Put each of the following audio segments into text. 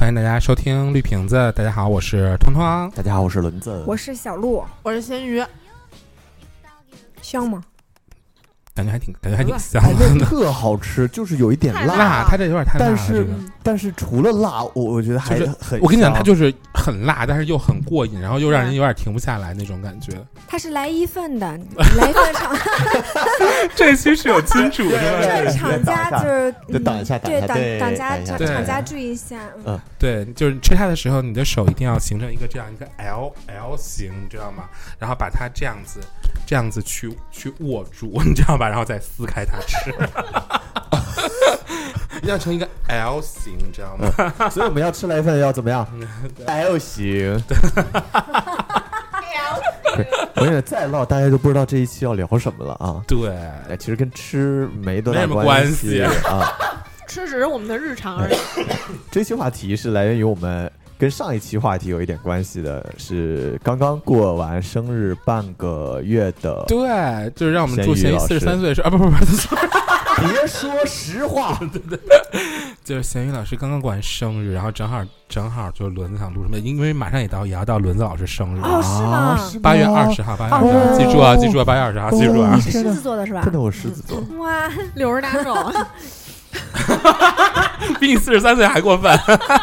欢迎大家收听绿瓶子。大家好，我是通通。 大家好，我是轮子。 我是小鹿。 我是咸鱼。 香吗？ 感觉还挺香的，特好吃，就是有一点辣，它这有点太辣了。 但是除了辣，我觉得还是很。 我跟你讲，它就是很辣，但是又很过瘾，然后又让人有点停不下来那种感觉。 它是来一份的，来一份厂。 这期是有金主是吧？ 这厂家就是挡一下， 对厂家注意一下。 对，就是吃它的时候，你的手一定要形成一个这样一个 L 型，你知道吗？然后把它这样子去握住，你知道吧？然后再撕开它吃，要成一个 L 型，你知道吗？ 所以我们要吃来一份要怎么样？L 型。我跟你再唠，大家都不知道这一期要聊什么了啊！ 对， 其实跟吃没多大什么关系啊， 吃只是我们的日常而已。 这期话题是来源于我们跟上一期话题有一点关系的，是刚刚过完生日半个月的， 对，就是让我们祝咸鱼43岁是啊，不， 别说实话， 对，就是咸鱼老师刚刚过完生日，然后正好就轮子想录什么，因为马上也要到轮子老师生日哦，是吗 ？8月20号，8月20号，记住啊，8月20号，记住啊。 狮子座的是吧？ 真的，我狮子座。 哇 ，60大寿， 比你43岁还过分。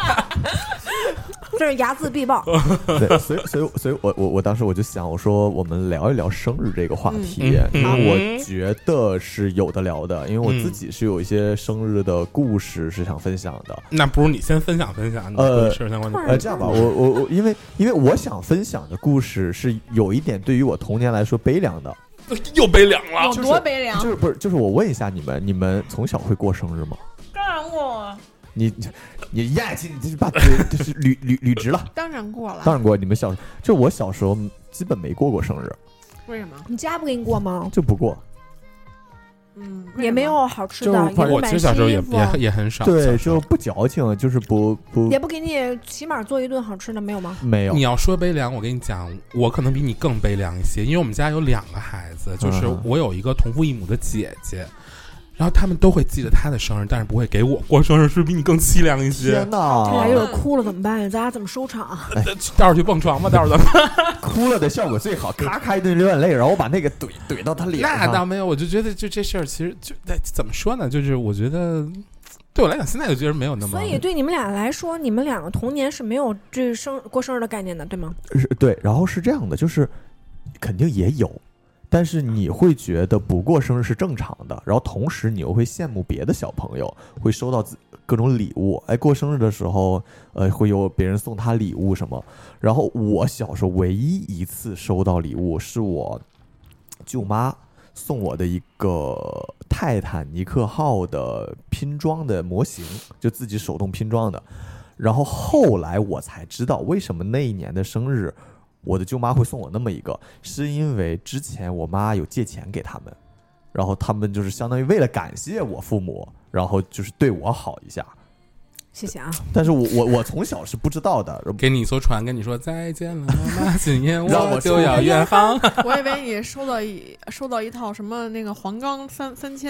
这是睚眦必报。 对，所以我当时我就想，我说我们聊一聊生日这个话题，因为我觉得是有的聊的，因为我自己是有一些生日的故事是想分享的。 那不如你先分享你的事相关的。 这样吧，我因为我想分享的故事是有一点对于我童年来说悲凉的。 又悲凉了， 有多悲凉？ 就是我问一下你们从小会过生日吗？ 当然过。 你咽气，你这是把就是捋直了。 当然过了， 当然过。你们小时候，就我小时候基本没过生日。 为什么？ 你家不给你过吗？ 就不过。 也没有好吃的， 我其实小时候也很少。 对，就不矫情，就是不也不给你起码做一顿好吃的，没有吗？ 没有。 你要说悲凉，我跟你讲，我可能比你更悲凉一些，因为我们家有2个孩子，就是我有一个同父异母的姐姐。然后他们都会记得他的生日，但是不会给我过生日，是比你更凄凉一些。 天哪！ 这俩有点哭了怎么办呀？咱俩怎么收场？ 待会儿去蹦床吧，待会儿咱们哭了的效果最好，咔咔一顿流眼泪，然后我把那个怼到他脸上。 那倒没有，我就觉得就这事儿，其实就怎么说呢？就是我觉得对我来讲，现在就觉得没有那么。 所以对你们俩来说，你们2个童年是没有这过生日的概念的，对吗？ 对，然后是这样的，就是肯定也有。但是你会觉得不过生日是正常的，然后同时你又会羡慕别的小朋友会收到各种礼物，过生日的时候，会有别人送他礼物什么。然后我小时候唯一一次收到礼物是我舅妈送我的一个泰坦尼克号的拼装的模型，就自己手动拼装的。然后后来我才知道为什么那一年的生日我的舅妈会送我那么一个，是因为之前我妈有借钱给他们，然后他们就是相当于为了感谢我父母，然后就是对我好一下。 谢谢啊！ 但是我从小是不知道的。 给你一艘船，跟你说再见了，妈妈，今年我就要远航。 我以为你收到一套什么那个黄冈3000。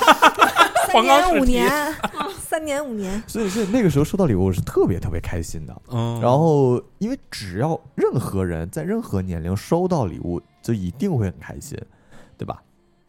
3年5年， 所以那个时候收到礼物我是特别特别开心的。然后因为只要任何人在任何年龄收到礼物，就一定会很开心，对吧？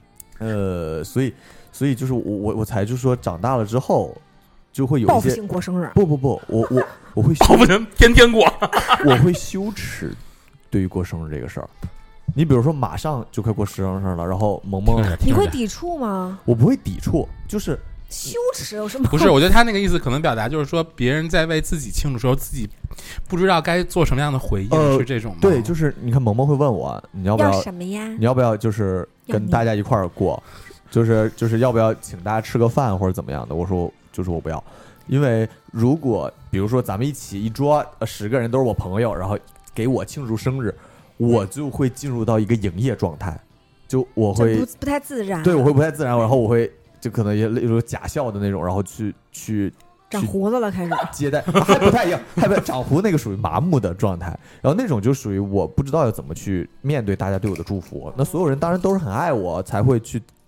所以就是我才就说长大了之后就会有一些报复性过生日。 不，我会报复性天天过， 我会羞耻对于过生日这个事儿。你比如说马上就快过生日了，然后萌萌， 你会抵触吗？ 我不会抵触，就是羞耻有什么？ 不是，我觉得他那个意思可能表达就是说，别人在为自己庆祝的时候，自己不知道该做什么样的回应，是这种吗？ 对，就是你看萌萌会问我，你要不要什么呀？ 你要不要就是跟大家一块儿过，就是要不要请大家吃个饭或者怎么样的？我说就是我不要，因为如果比如说咱们一起一桌10个人都是我朋友，然后给我庆祝生日，我就会进入到一个营业状态，就我会不太自然。 对，我会不太自然，然后我会就可能也例如假笑的那种，然后去长胡子了，开始接待，还不太一样，还不长胡那个属于麻木的状态，然后那种就属于我不知道要怎么去面对大家对我的祝福。那所有人当然都是很爱我，才会去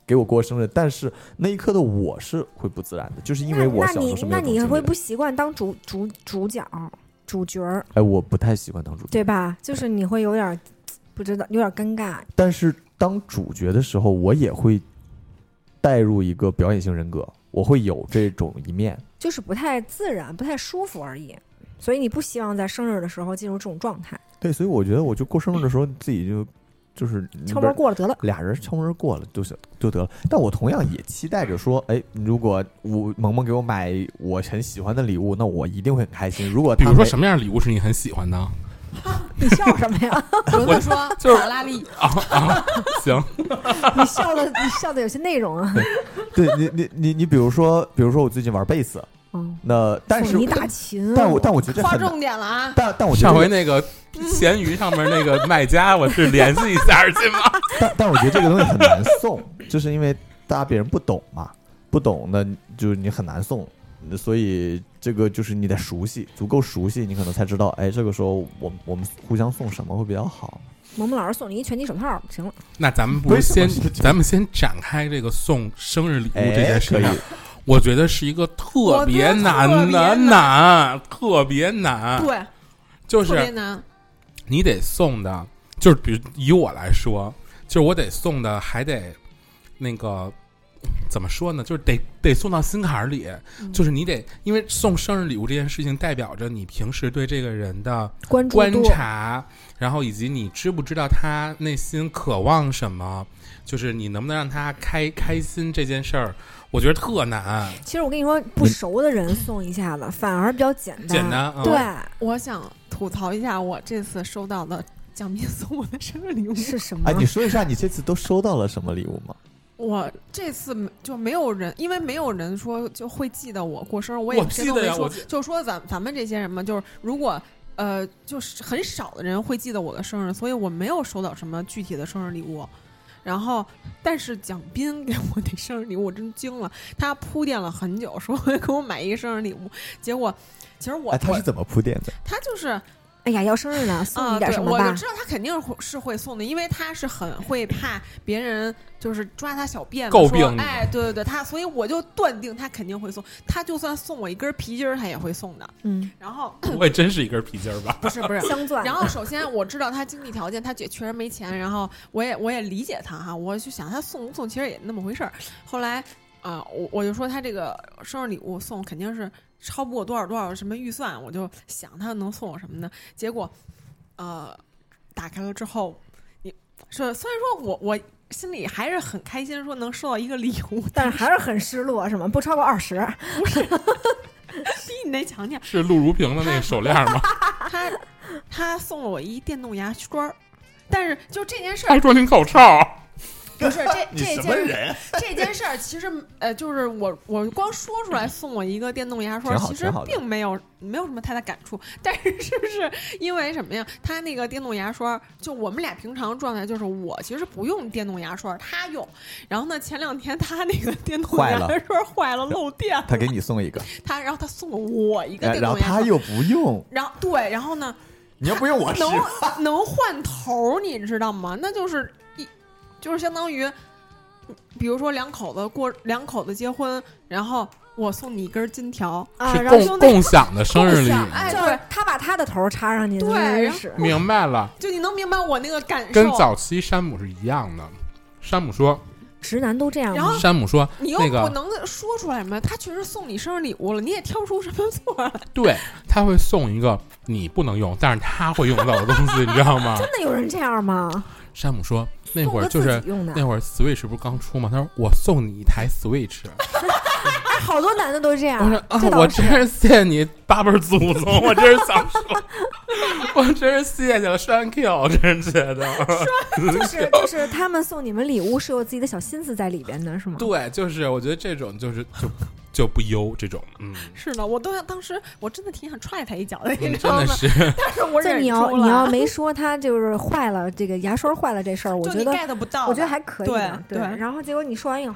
给我过生日，但是那一刻的我是会不自然的，就是因为我小时候是没有这种经历的。 那你会不习惯当主角主角儿？ 哎，我不太喜欢当主角， 对吧？就是你会有点不知道，有点尴尬。 但是当主角的时候，我也会带入一个表演性人格，我会有这种一面， 就是不太自然，不太舒服而已。所以你不希望在生日的时候进入这种状态。 对，所以我觉得我就过生日的时候自己就是敲门过了得了， 俩人敲门过了就得了。但我同样也期待着说，哎，如果萌萌给我买我很喜欢的礼物，那我一定会很开心。如果比如说什么样的礼物是你很喜欢的？ 你笑什么呀？ 轮子说就是法拉利行， 你笑的有些内容啊。 对你比如说我最近玩贝斯，那但是送你大琴， 但我觉得这划很难重点了啊！ 但我觉得上回那个闲鱼上面那个卖家，我是联系一下去吗？ 但我觉得这个东西很难送，就是因为大家别人不懂嘛，不懂那就是你很难送，所以这个就是你得熟悉，足够熟悉，你可能才知道，哎，这个时候我们互相送什么会比较好。 萌萌老师送你一拳击手套，行了。 那咱们不是咱们先展开这个送生日礼物这件事情。我觉得是一个特别难的特别难， 对， 就是特别难。 你得送的，就是比如以我来说，就是我得送的还得那个怎么说呢？就是得送到心坎里，就是你得，因为送生日礼物这件事情代表着你平时对这个人的观察，然后以及你知不知道他内心渴望什么，就是你能不能让他开心这件事儿。我觉得特难。 其实我跟你说，不熟的人送一下子反而比较简单。对， 我想吐槽一下，我这次收到的蒋斌送我的生日礼物是什么？ 哎，你说一下你这次都收到了什么礼物吗？ 我这次就没有人，因为没有人说就会记得我过生日，我也记得呀。 就说咱们这些人嘛，就是如果就是很少的人会记得我的生日，所以我没有收到什么具体的生日礼物。然后，但是蒋斌给我那生日礼物，我真惊了。他铺垫了很久，说会给我买一个生日礼物。结果，其实他是怎么铺垫的？ 他就是， 哎呀，要生日了，送你点什么吧。 我就知道他肯定是会送的，因为他是很会怕别人就是抓他小辫子， 诟病。 哎，对，他，所以我就断定他肯定会送。他就算送我一根皮筋儿，他也会送的。然后不会真是一根皮筋儿吧？ 不是镶钻。 然后首先我知道他经济条件，他也确实没钱。然后我也理解他哈，我就想他送不送其实也那么回事儿。后来我就说他这个生日礼物送肯定是超不过多少什么预算，我就想他能送我什么呢？结果打开了之后，你说虽然说我心里还是很开心，说能收到一个礼物， 但是还是很失落，是吗？不超过20， 不是比你那强点。 是陆如萍的那个手链吗？ 他送了我一电动牙刷，但是就这件事儿， 他说您口臭。 不是这件事儿，其实就是我光说出来送我一个电动牙刷，其实并没有什么太大感触。但是是不是因为什么呀？他那个电动牙刷，就我们俩平常状态就是我其实不用电动牙刷，他用。然后呢，前2天他那个电动牙刷坏了漏电， 他给你送一个， 然后他送了我一个电动牙刷， 然后他又不用， 然后呢， 你要不用我能换头，你知道吗？那就是相当于，比如说两口子结婚，然后我送你一根金条是共享的生日礼物， 就是他把他的头插上去， 对， 明白了， 就你能明白我那个感受， 跟早期山姆是一样的。山姆说， 直男都这样吗？ 然后山姆说， 你又不能说出来吗？他确实送你生日礼物了，你也挑不出什么错来。 对，他会送一个你不能用，但是他会用到的东西，你知道吗？ 真的有人这样吗？ 山姆说，那会儿就是那会儿 Switch 不是刚出吗？他说我送你一台 Switch。 好多男的都这样。 我说我真是谢谢你8辈祖宗，我真是想说，我真是谢谢了 ，Thank you， 我真是觉得。 就是他们送你们礼物是有自己的小心思在里边的，是吗？ 对，就是我觉得这种就不优这种， 是的，我当时我真的挺想踹他一脚的，你知道吗？ 真的是， 但是我忍你住了。 要没说他就是坏了，这个牙刷坏了这事儿，我觉得 get 不到， 我觉得还可以的。 对， 然后结果你说完以后，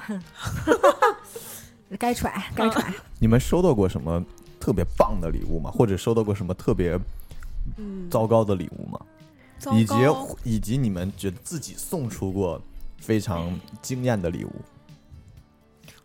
该踹。 你们收到过什么特别棒的礼物吗？或者收到过什么特别糟糕的礼物吗？以及你们觉得自己送出过非常惊艳的礼物？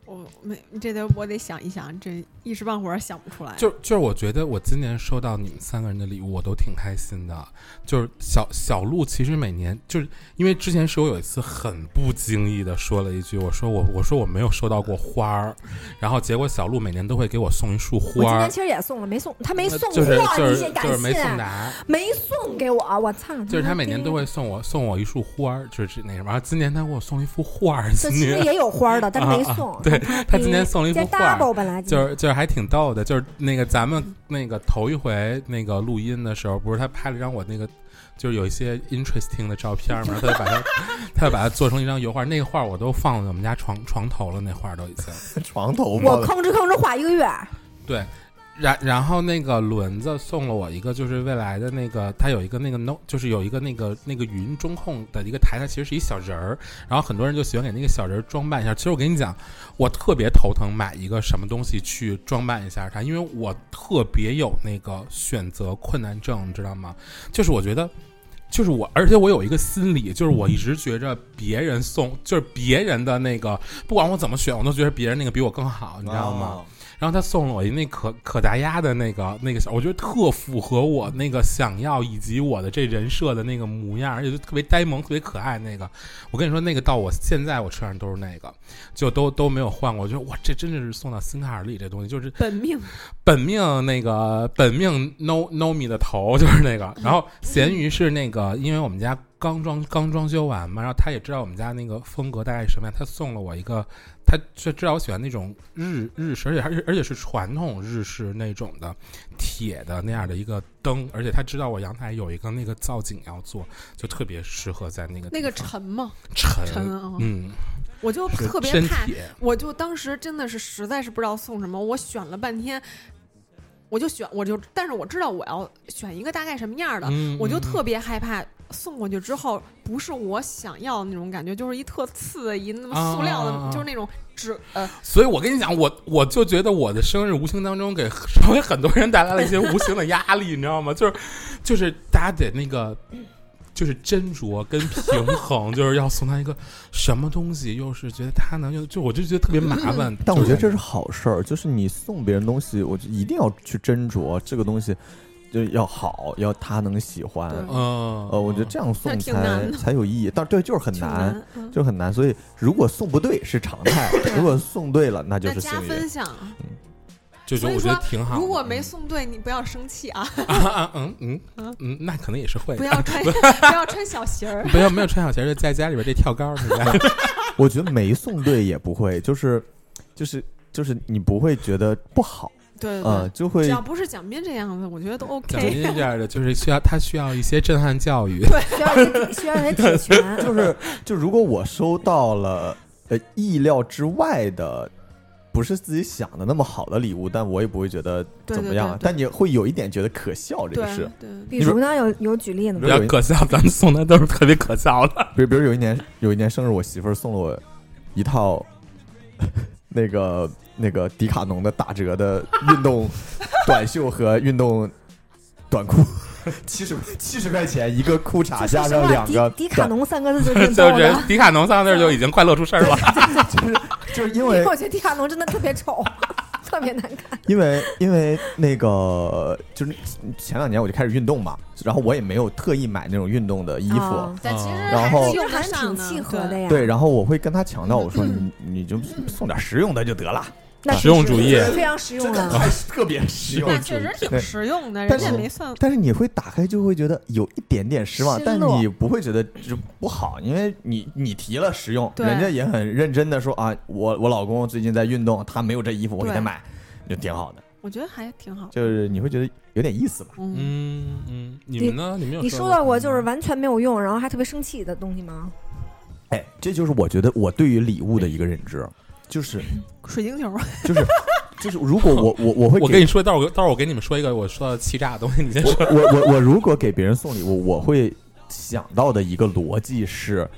我得想一想，这一时半会儿想不出来。 就是我觉得我今年收到你们3个人的礼物，我都挺开心的。就是小鹿，其实每年就是因为之前是我有一次很不经意的说了一句，我说我没有收到过花儿，然后结果小鹿每年都会给我送一束花。 我今年其实也送了，没送他没送， 就是没送达， 没送给我，我操！ 就是他每年都会送我一束花，就是那什么。然后今年他给我送了一幅画， 这其实也有花的，但没送。 对，他今年送了一幅画， 本来就是还挺逗的。就是那个咱们那个头一回那个录音的时候，不是他拍了一张我那个就是有一些 interesting 的照片嘛，他就把它做成一张油画，那个画我都放在我们家床头了，那画都已经床头我吭哧画1个月。 对。然后那个轮子送了我一个，就是未来的那个，它有一个那个就是有一个那个语音中控的一个台，它其实是一小人儿，然后很多人就喜欢给那个小人装扮一下。其实我跟你讲，我特别头疼买一个什么东西去装扮一下它，因为我特别有那个选择困难症，你知道吗？就是我觉得。就是而且我有一个心理，就是我一直觉着别人送，就是别人的那个，不管我怎么选，我都觉得别人那个比我更好，你知道吗？然后他送了我一那可达鸭的那个小，我觉得特符合我那个想要以及我的这人设的那个模样，而且就特别呆萌，特别可爱那个。我跟你说，那个到我现在我车上都是那个，就都没有换过。我觉得哇，这真的是送到心坎里，这东西就是本命那个本命 no me 的头就是那个。然后咸鱼是那个，因为我们家刚装修完嘛，然后他也知道我们家那个风格大概是什么样，他送了我一个。他就知道我喜欢那种日式，而且是传统日式那种的铁的那样的一个灯，而且他知道我阳台有一个那个造景要做，就特别适合在那个沉吗？ 沉啊，我就特别怕，我就当时真的是实在是不知道送什么，我选了半天。但是我知道我要选一个大概什么样的，我就特别害怕送过去之后不是我想要的那种感觉，就是一特次的一那么塑料的，就是那种所以我跟你讲，我就觉得我的生日无形当中给稍微很多人带来了一些无形的压力，你知道吗？就是大家得那个。就是斟酌跟平衡，就是要送他一个什么东西，又是觉得他能用，就我就觉得特别麻烦。 但我觉得这是好事儿，就是你送别人东西，我就一定要去斟酌这个东西，就要好，要他能喜欢。我觉得这样送才有意义。但对，就是很难，就是很难。所以如果送不对是常态，如果送对了，那就是幸运。 加分项。 就是我觉得挺好。 如果没送对，你不要生气啊。 那可能也是会。 不要穿小鞋儿。 没有穿小鞋儿，就在家里边这跳高是吧？ 我觉得没送对也不会，就是你不会觉得不好。 对， 就会只要不是蒋斌这样子，我觉得都 OK。 蒋斌这样的就是需要一些震撼教育， 对，需要一些铁拳。 就如果我收到了意料之外的。不是自己想的那么好的礼物，但我也不会觉得怎么样，但你会有一点觉得可笑，这个是。 比如呢，有举例呢？ 比较可笑，咱们送的都是特别可笑的。 比如有一年生日，我媳妇儿送了我一套那个迪卡侬的打折的运动短袖和运动短裤。70块钱一个裤衩加上2个迪卡侬3个字就是迪卡侬3个字就已经快乐出事了。 就是因为我觉得迪卡侬真的特别丑，特别难看。 因为那个就是前2年我就开始运动嘛，然后我也没有特意买那种运动的衣服， 但其实然后还挺契合的呀。 对，然后我会跟他强调，我说你就送点实用的就得了。 实用主义非常实用了， 特别实用， 确实挺实用的，人家没算。 但是你会打开就会觉得有一点点失望，但你不会觉得就不好，因为你提了实用，人家也很认真的说啊，我老公最近在运动，他没有这衣服，我给他买，就挺好的。 我觉得还挺好， 就是你会觉得有点意思吧？ 你们呢？你收到过就是完全没有用，然后还特别生气的东西吗？ 哎，这就是我觉得我对于礼物的一个认知。就是水晶球， 就是，如果我会， 我跟你说，待会儿我给你们说一个我说到气炸的东西，你先说。 我如果给别人送礼物，我会想到的一个逻辑是，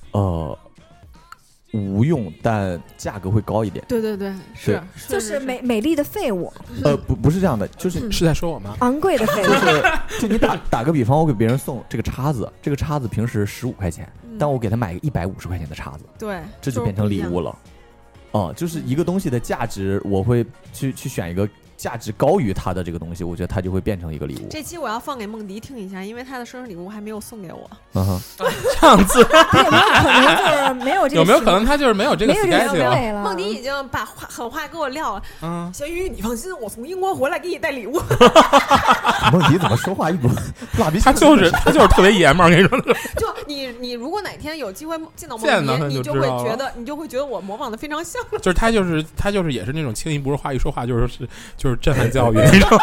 无用但价格会高一点。 对，是就是美丽的废物。 不是这样的，就是在说我吗？ 昂贵的废物。 就你打个比方，我给别人送这个叉子，这个叉子平时15块钱，但我给他买个150块钱的叉子， 对， 这就变成礼物了。 就是一个东西的价值，我会去选一个价值高于它的这个东西，我觉得它就会变成一个礼物。 这期我要放给梦迪听一下，因为他的生日礼物还没有送给我。 这样子有没有可能就是没有这个？ 有没有可能他就是没有这个没有这个 schedule 了？ 梦迪已经把狠话给我撂了。小雨，你放心，我从英国回来给你带礼物。 梦迪怎么说话一股蜡笔？ 他就是特别爷们儿，我跟你说。 就你如果哪天有机会见到梦迪，你就会觉得我模仿的非常像。 就是他就是也是那种轻易不是话一说话就是震撼教育那种。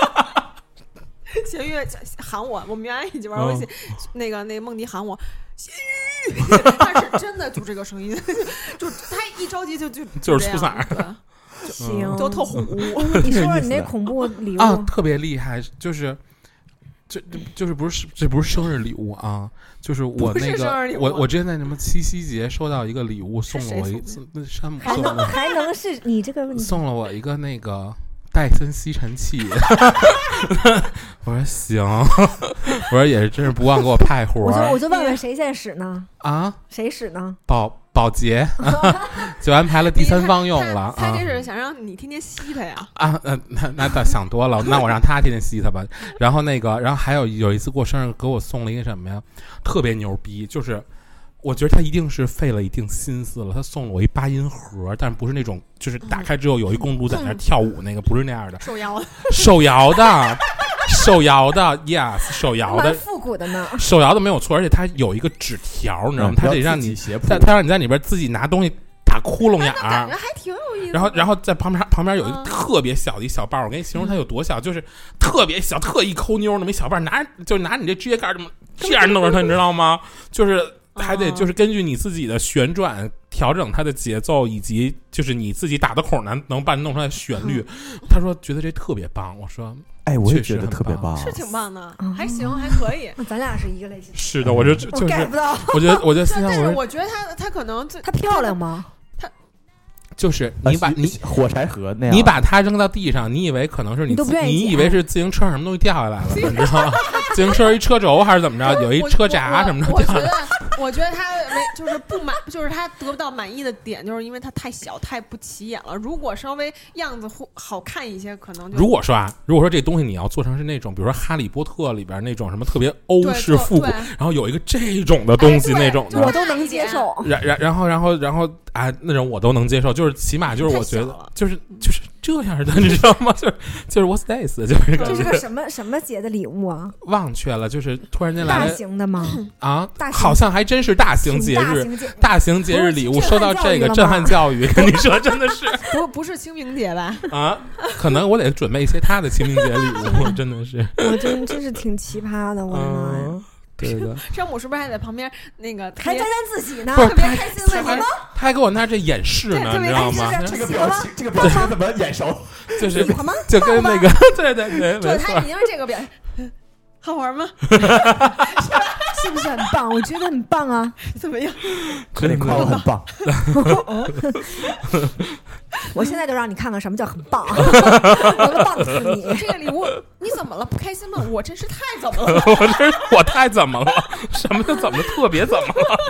咸鱼喊我们原来一起玩游戏，那个梦迪喊我咸鱼，但是真的就这个声音，就他一着急就是出色， 行， 就特虎。 你说说你那恐怖礼物啊，特别厉害，就是这不是生日礼物啊，就是我那个我之前在什么七夕节收到一个礼物，送了我一次那山姆还能是你这个问题送了我一个那个戴森吸尘器。我说行，我说也是真是不忘给我派活。 我就问问谁先使呢？啊，谁使呢？ 保洁就安排了第三方用了。 他这是想让你天天吸他呀？ 那倒想多了，那我让他天天吸他吧。然后还有一次过生日给我送了一个什么呀？特别牛逼，就是我觉得他一定是费了一定心思了。他送了我一8音盒，但不是那种就是打开之后有一公主在那跳舞那个，不是那样的。手摇的 yes， 手摇的， 蛮复古的呢。 手摇的没有错，而且它有一个纸条，你知道吗？它得让你他让你在里边自己拿东西打窟窿眼儿， 感觉还挺有意思。 然后在旁边有一个特别小的一小瓣，我给你形容它有多小，就是特别小，特意抠妞那么一小瓣，拿你这指甲盖这样弄着它，你知道吗？就是还得就是根据你自己的旋转调整它的节奏，以及就是你自己打的孔能把你弄出来旋律。他说觉得这特别棒，我说我也觉得特别棒， 是挺棒的，还行，还可以。 那咱俩是一个类型。 是的，我就 get 不到。 我觉得但是我觉得他可能她漂亮吗？ 就是你把火柴盒那样， 你把它扔到地上，你以为可能是你以为是自行车什么东西掉下来了，你知道吗？自行车一车轴还是怎么着，有一车闸什么的掉下来。 我觉得他就是不满，就是他得不到满意的点，就是因为他太小，太不起眼了。如果稍微样子好看一些，可能就如果说这东西你要做成是那种，比如说《哈利波特》里边那种什么特别欧式复古，然后有一个这种的东西，那种的我都能接受。 然后啊，那种我都能接受，就是起码就是我觉得就是这样的，你知道吗？就是 What's this？ 就是这是个什么节的礼物啊？ 忘却了，就是突然间来了。 大型的吗？ 啊，好像还真是大型节日，大型节日礼物收到这个震撼教育，跟你说真的是不是清明节吧？ 啊，可能我得准备一些他的清明节礼物，真的是。 我真是挺奇葩的，我的妈呀！ 对的， 山姆是不是还在旁边那个还沾自喜呢？ 特别开心的吗？ 他还给我那这演示呢，你知道吗？ 这个表情怎么眼熟？ 就是就跟那个对， 对他已经这个表情，好玩吗？ 是不是很棒？我觉得很棒啊！ 怎么样？ 可以夸我很棒。 我现在就让你看看什么叫很棒，我能棒死你！ 这个礼物你怎么了？不开心吗？我真是太怎么了？ 我太怎么了？什么叫怎么特别怎么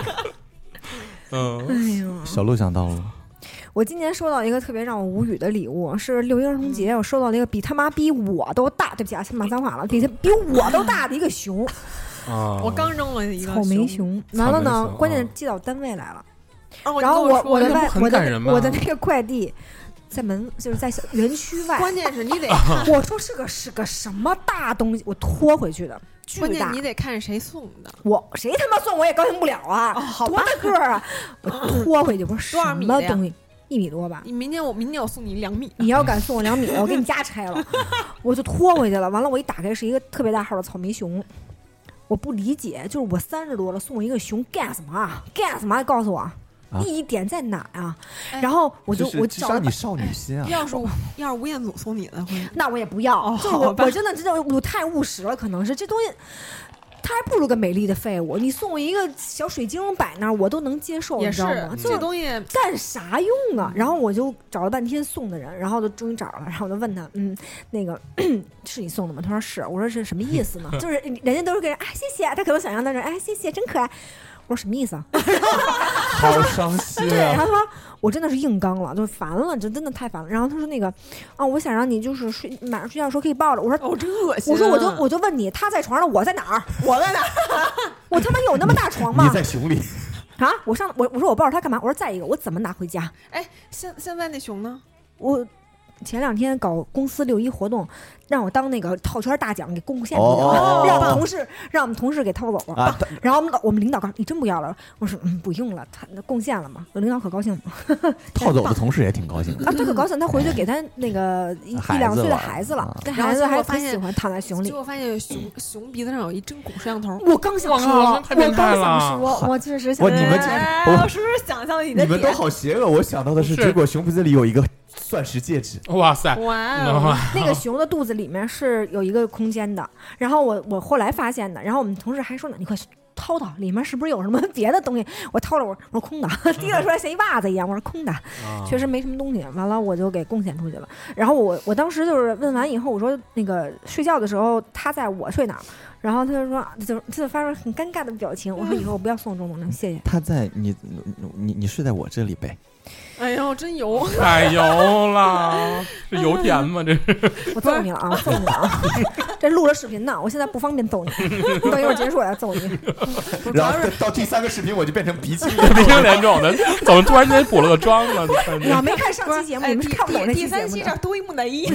了？ 哎呦， 小鹿想到了。 我今年收到一个特别让我无语的礼物，是6一儿童节，我收到了一个比我都大，对不起啊，先骂脏话了，比我都大的一个熊。 我刚扔了一个草莓熊，完了呢，关键寄到单位来了。然后我的那个快递在就是在园区外， 关键是你得看， 我说是个什么大东西，我拖回去的，巨大。 关键你得看谁送的， 谁他妈送我也高兴不了啊！多大个啊！我拖回去，我说什么东西？1米多吧？ 我明年我送你2米， 你要敢送我2米，我给你家拆了。我就拖回去了，完了我一打开是一个特别大号的草莓熊。我不理解，就是我30多了送我一个熊干什么啊？干什么？告诉我。意义点在哪啊？然后我找你少女心啊！ 要是吴彦祖送你的， 那我也不要。就是我真的我太务实了，可能是这东西，它还不如个美丽的废物。你送我一个小水晶摆那儿，我都能接受，你知道吗？ 这东西干啥用啊？然后我就找了半天送的人，然后就终于找了，然后我就问他，那个是你送的吗？他说是。我说是什么意思呢？就是人家都是给人谢谢，他可能想象的是谢谢真可爱。 我说什么意思啊？ 好伤心对， 啊！ 他说我真的是硬刚了，就烦了，这真的太烦了。然后他说那个我想让你就是晚上睡觉的时候可以抱着。我说真恶心。 我说我就问你，他在床上，我在哪儿？我在哪儿？我他妈有那么大床吗？ 你在熊里啊！我说我抱着他干嘛？我说再一个，我怎么拿回家？ 哎，现在那熊呢？ 我前2天搞公司6·1活动，让我当那个套圈大奖给贡献出去了，让我们同事给掏走了。然后我们领导告诉你真不要了，我说不用了，他贡献了嘛，我领导可高兴了。 套走的同事也挺高兴的啊，他可高兴，他回去给他那个1-2岁的孩子了，那孩子还挺喜欢躺在熊里。 结果发现熊鼻子上有一针孔摄像头。 我刚想说，我确实想。 你们我是不是想象你的？ 你们都好邪恶！我想到的是，结果熊鼻子里有一个钻石戒指。 哇塞！ 哇， 那个熊的肚子里面是有一个空间的，然后我后来发现的，然后我们同事还说呢，你快掏掏，里面是不是有什么别的东西？我掏了，我说空的，提了出来像一袜子一样，我说空的，确实没什么东西。完了我就给贡献出去了。然后我当时就是问完以后，我说那个睡觉的时候他在我睡哪儿？然后他就说，他就发出很尴尬的表情。我说以后我不要送这种东西，谢谢。 他在你睡在我这里呗。 哎呦，真油！ 太油了，是油田吗？这是我揍你了啊！我揍你了啊！这录了视频呢，我现在不方便揍你，等一会儿结束我要揍你。 然后到第3个视频我就变成鼻青脸肿的，怎么突然间补了个妆呢？ 你要没看上期节目，你们是看不懂那期节目的。 第3期这多一木乃伊，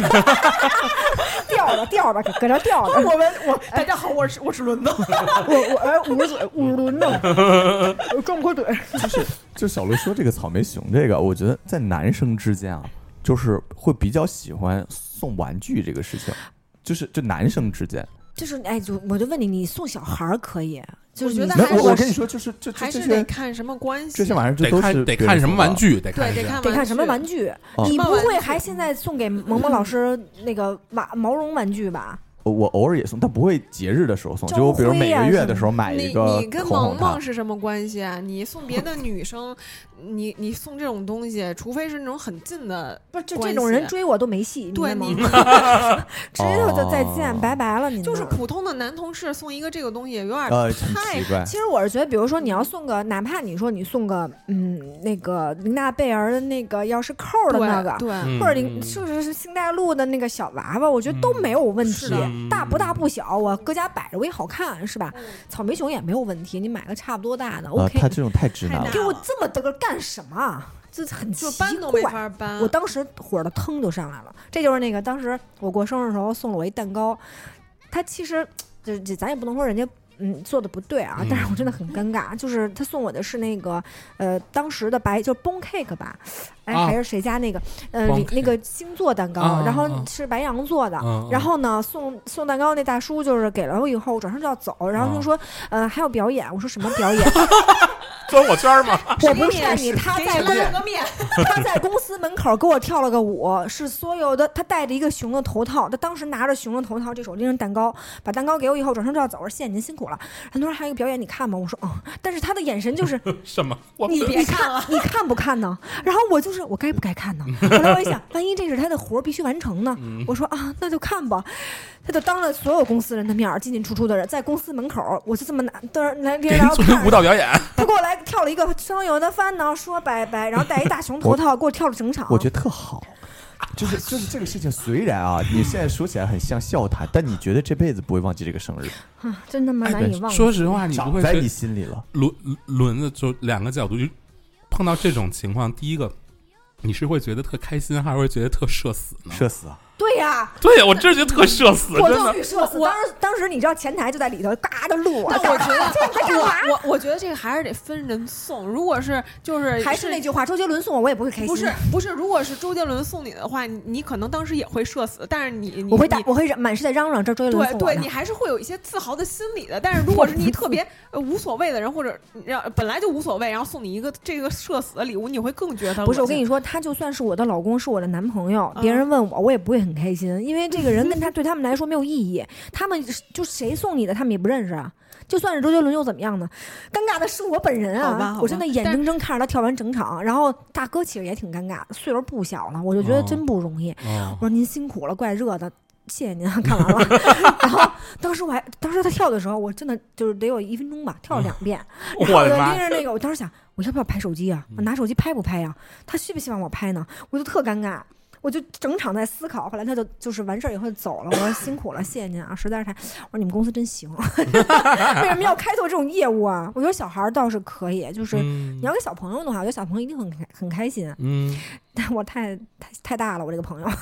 吊着，搁这吊着。 大家好，我是轮子， 捂轮子，我撞过嘴。 就小鹿说这个草莓熊这个，我觉得在男生之间啊，就是会比较喜欢送玩具这个事情，就男生之间。 就是我就问你，你送小孩可以？就是觉得我跟你说，就是还是得看什么关系。 这些玩意儿就都是得看什么玩具，得看什么玩具。你不会还现在送给萌萌老师那个毛绒玩具吧？ 我偶尔也送，但不会节日的时候送，就比如每个月的时候买一个。 你跟萌萌是什么关系啊？你送别的女生，你送这种东西，除非是那种很近的， 不是这种人追我都没戏， 对你直接就再见，拜拜了。您就是普通的男同事送一个这个东西，有点太奇怪。 其实我是觉得，比如说你要送个，哪怕你说你送个那个琳娜贝儿的那个钥匙扣的那个， 对， 或者你是星黛露的那个小娃娃，我觉得都没有问题。大不大不小，我搁家摆着我也好看，是吧？草莓熊也没有问题，你买个差不多大的 OK。 他这种太直男了， 给我这么大个干什么？这很奇怪， 搬都没法搬。 我当时火的腾就上来了。这就是那个当时我过生日的时候送了我一蛋糕，他其实这咱也不能说人家做的不对啊，但是我真的很尴尬。就是他送我的是那个当时的就 Bone Cake 吧，还是谁家那个那个星座蛋糕，然后是白羊做的，然后呢送蛋糕那大叔就是给了我以后，我转身就要走，然后就说还有表演，我说什么表演？ 钻火圈吗？ 我不骗你，他在公司门口给我跳了个舞，是所有的，他戴着一个熊的头套，他当时拿着熊的头套，这手拎着蛋糕，把蛋糕给我以后转身就要走，我说谢谢您辛苦了。很多人还有一个表演，你看吗？我说但是他的眼神就是什么？ 你别看了，你看不看呢？然后我该不该看呢？后来我一想，万一这是他的活必须完成呢？我说那就看吧。他就当着所有公司人的面，进进出出的人，在公司门口，我就这么来做舞蹈表演。 他给我来跳了一个双油的翻呢，说拜拜，然后戴一大熊头套，给我跳了整场。 我觉得特好。就是这个事情，虽然你现在说起来很像笑谈，但你觉得这辈子不会忘记这个生日， 真他妈难以忘记。 说实话，你不会长在你心里了。 轮子就2个角度，碰到这种情况，第一个，你是会觉得特开心，还是会觉得特社死呢？ 社死啊！ 对呀， 我真觉得特社死， 我就巨社死。当时你知道前台就在里头，嘎的录。 但我觉得这个还是得分人送。如果是还是那句话，周杰伦送我也不会开心。 不是，如果是周杰伦送你的话，你可能当时也会社死，但是我会满是在嚷嚷这周杰伦送我。 对，你还是会有一些自豪的心理的。但是如果是你特别无所谓的人，或者本来就无所谓，然后送你一个这个社死的礼物，你会更觉得不是。我跟你说，他就算是我的老公，是我的男朋友，别人问我也不会很开心，因为这个人跟对他们来说没有意义。他们就谁送你的，他们也不认识啊。就算是周杰伦又怎么样呢？尴尬的是我本人啊！我真的眼睁睁看着他跳完整场，然后大哥其实也挺尴尬，岁数不小了，我就觉得真不容易。我说您辛苦了，怪热的。 谢谢您啊，看完了。然后当时他跳的时候，我真的就是得有1分钟吧，跳了2遍。然后我就拎着那个，我当时想，我要不要拍手机啊？我拿手机拍不拍呀？他希不希望我拍呢？我就特尴尬。我就整场在思考，后来他就是完事儿以后就走了。我说辛苦了，谢谢您啊，实在是太……我说你们公司真行，为什么要开拓这种业务啊？我觉得小孩倒是可以，就是你要给小朋友的话，我觉得小朋友一定很开心。但我太大了，我这个朋友。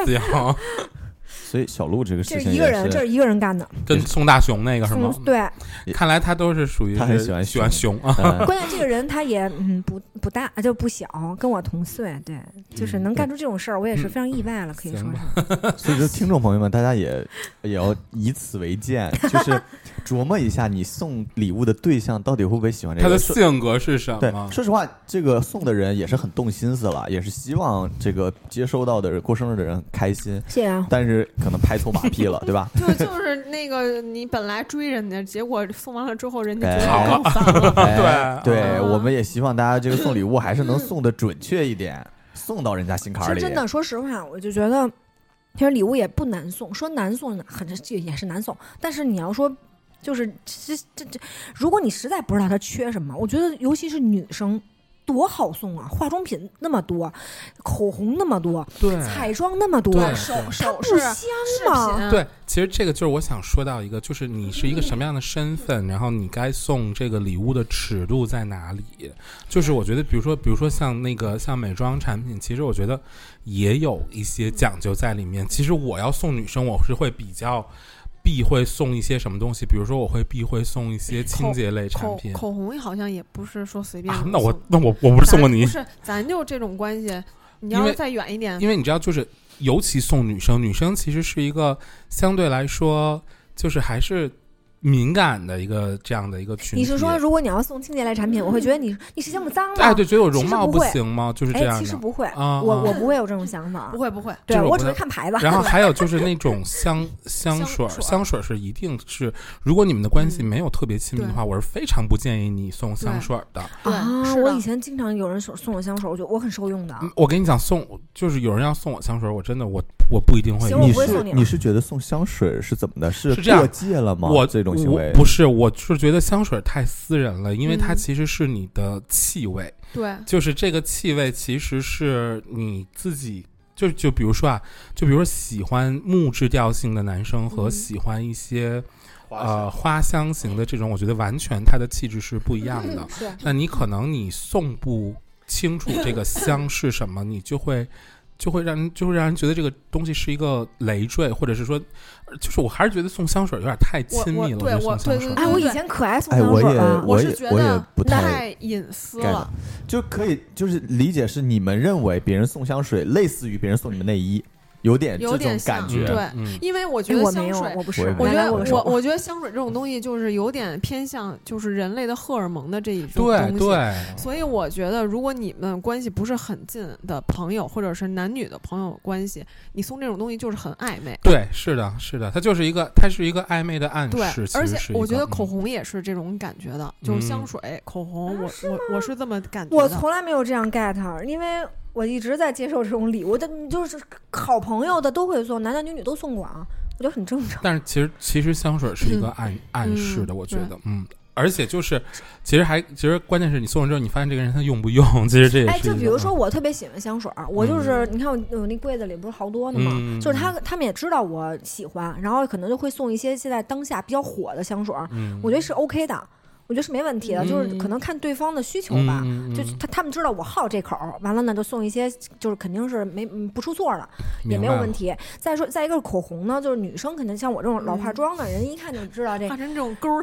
所以小鹿这个事情这是一个人干的， 跟宋大雄那个是吗？ 对， 看来他都是属于他很喜欢熊啊。 关键这个人他也不大，就不小，跟我同岁，对，就是能干出这种事儿，我也是非常意外了，可以说是。 所以说，听众朋友们，大家也要以此为鉴，就是琢磨一下，你送礼物的对象到底会不会喜欢这个， 他的性格是什么？ 对，说实话，这个送的人也是很动心思了，也是希望这个接收到的过生日的人开心。 谢谢啊。 但是可能拍错马屁了，对吧？ 就是那个你本来追人家，结果送完了之后，人家觉好得更烦了。 对，我们也希望大家这个送礼物还是能送的准确一点，送到人家心坎里。 其实真的，说实话，我就觉得，其实礼物也不难送，说难送也是难送，但是你要说。就是这，如果你实在不知道他缺什么，我觉得尤其是女生多好送啊！化妆品那么多，口红那么多， 对， 彩妆那么多， 首饰香吗？ 对，其实这个就是我想说到一个，就是你是一个什么样的身份，然后你该送这个礼物的尺度在哪里？就是我觉得，比如说像美妆产品，其实我觉得也有一些讲究在里面。其实我要送女生，我是会比较。避讳送一些什么东西，比如说我会避讳送一些清洁类产品， 口红好像也不是说随便那我不是送过你， 不是，咱就这种关系，你要是再远一点， 因为你知道，就是尤其送女生其实是一个相对来说就是还是敏感的一个这样的一个群体。 你是说，如果你要送清洁类产品，我会觉得你是这么脏吗？ 哎，对，觉得我容貌不行吗？就是这样的。 其实不会，我不会有这种想法， 不会。 对，我只会看牌子。 然后还有就是那种香水是一定是，如果你们的关系没有特别亲密的话，我是非常不建议你送香水的。 对啊，我以前经常有人送我香水，我很受用的。 我跟你讲，就是有人要送我香水，我真的我不一定会。 你是觉得送香水是怎么的？是这样过界了吗？这种行为不是，我是觉得香水太私人了，因为它其实是你的气味。 对， 就是这个气味其实是你自己，就比如说喜欢木质调性的男生和喜欢一些花香型的这种，我觉得完全它的气质是不一样的。那你可能你送不清楚这个香是什么，你就会让人觉得这个东西是一个累赘，或者是说，就是我还是觉得送香水有点太亲密了。 对， 哎，我以前可爱送香水了， 我是觉得不太隐私了， 就可以就是理解是你们认为别人送香水类似于别人送你们内衣。有点这种感觉， 对，因为我觉得香水， 我不是， 我觉得香水这种东西就是有点偏向就是人类的荷尔蒙的这一种东西， 对， 所以我觉得如果你们关系不是很近的朋友，或者是男女的朋友关系，你送这种东西就是很暧昧。 对，是的，它是一个暧昧的暗示。 对，而且我觉得口红也是这种感觉的，就是香水、口红，我是这么感觉的。 我从来没有这样 get， 因为。我一直在接受这种礼物，就是好朋友的都会送，男男女女都送过啊，我觉得很正常。 但是其实香水是一个暗示的，我觉得，而且就是其实关键是你送完之后，你发现这个人他用不用，其实这也是。 就比如说我特别喜欢香水，我就是你看我那柜子里不是好多呢吗？就是他们也知道我喜欢，然后可能就会送一些现在当下比较火的香水，我觉得是 OK 的。我觉得是没问题的，就是可能看对方的需求吧。就是他们知道我好这口，完了呢就送一些，就是肯定是不出错的，也没有问题。再一个口红呢，就是女生肯定像我这种老化妆的人，一看就知道这化成这种勾儿。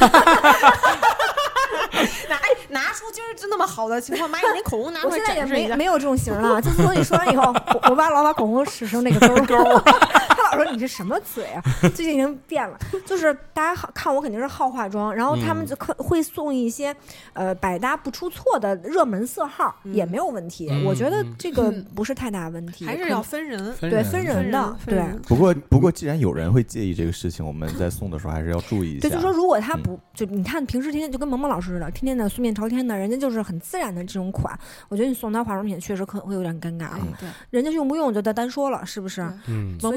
拿出今儿就那么好的情况，妈，你那口红拿出来展示一下。 我现在也没有这种型了。自从你说完以后，我爸老把口红使成那个勾儿。他老说你这什么嘴啊？最近已经变了。就是大家看我肯定是好化妆，然后他们就会送一些百搭不出错的热门色号，也没有问题。我觉得这个不是太大问题， 还是要分人， 对，分人的，对。 不过，既然有人会介意这个事情，我们在送的时候还是要注意一下。 对，就说如果他不就你看平时天天就跟萌萌老师似的，天天的素面朝天的，人家就是很自然的这种款，我觉得你送他化妆品确实可能会有点尴尬了。 对， 人家用不用就单说了，是不是？ 萌萌是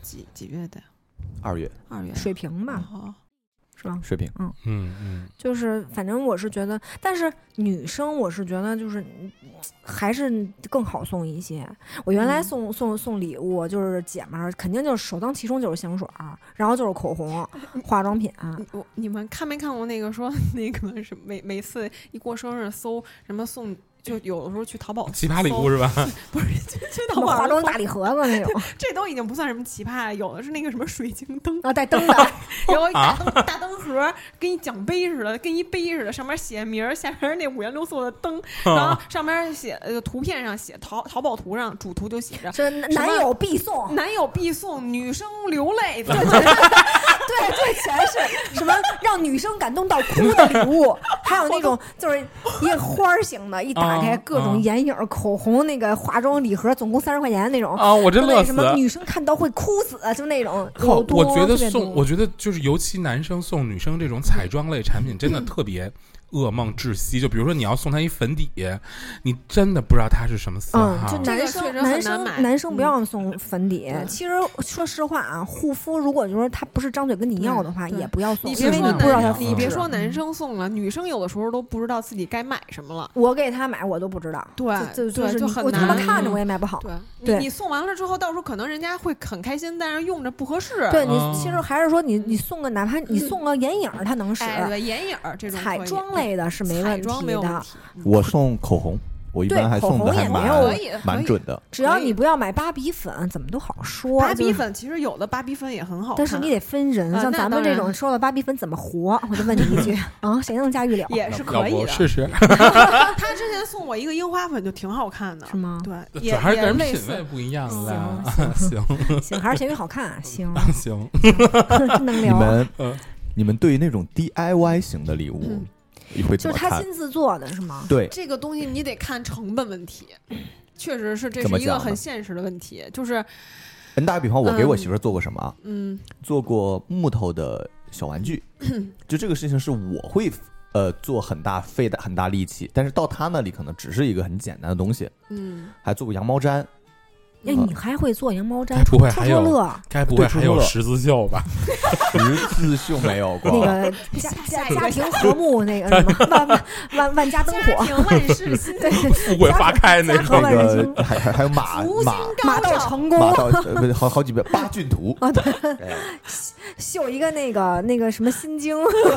几月的 ？2月 ？2月水平吧，是吧？ 水平。 就是反正我是觉得，但是女生我是觉得就是还是更好送一些。我原来送礼物，就是姐们儿肯定就是首当其冲就是香水，然后就是口红、化妆品。 你们看没看过那个说那个是每次一过生日搜什么送？就有的时候去淘宝奇葩礼物是吧？ 不是，去淘宝化妆大礼盒子那种， 这都已经不算什么奇葩了。有的是那个什么水晶灯啊，带灯的， 然后一大灯盒，跟一奖杯似的，跟一杯似的，上面写名儿，下面那五颜六色的灯，然后上面写图片上写淘宝图上主图就写着这男友必送， 男友必送，女生流泪， 对，这全是什么让女生感动到哭的礼物，还有那种就是一个花型的，一打开各种眼影、口红，那个化妆礼盒，总共30块钱那种啊，我真乐死！ 什么女生看到会哭死，就那种。 我觉得就是尤其男生送女生这种彩妆类产品，真的特别噩梦窒息。就比如说你要送他一粉底，你真的不知道他是什么色号。 就男生不要送粉底。其实说实话啊，护肤如果就是他不是张嘴跟你要的话，也不要送，因为你不知道他。 你别说男生送了，女生有的时候都不知道自己该买什么了。 我给他买，我都不知道。 对， 就很难。 我他妈看着我也买不好。 对，你送完了之后，到时候可能人家会很开心，但是用着不合适。 对你其实还是说你送个，哪怕你送个眼影，它能使。 对，眼影这种彩妆类的是没问题的。 我送口红，我一般还送的还蛮准的。 只要你不要买芭比粉，怎么都好说。 芭比粉其实有的芭比粉也很好看， 但是你得分人。像咱们这种说了芭比粉怎么活，我就问你一句啊，谁能驾驭了？ 也是可以的。 试试。 他之前送我一个樱花粉就挺好看的， 是吗？ 对， 主要还是个人品味不一样的。 行，还是咸鱼好看。行， 真能聊。 你们对于那种 DIY 型的礼物？ 就是他亲自做的是吗？ 对， 这个东西你得看成本问题，确实是这是一个很现实的问题。就是打个比方，我给我媳妇做过什么？做过木头的小玩具。就这个事情是我会做费很大力气，但是到他那里可能只是一个很简单的东西。还做过羊毛毡。 你还会做羊毛毡？ 该不会还有十字绣吧？ 十字绣没有过。 那个家庭和睦，那个什么万家灯火， 家庭万事兴， 对， 富贵花开那个。还有马到成功， 好几遍八骏图啊，对，绣一个那个什么心经。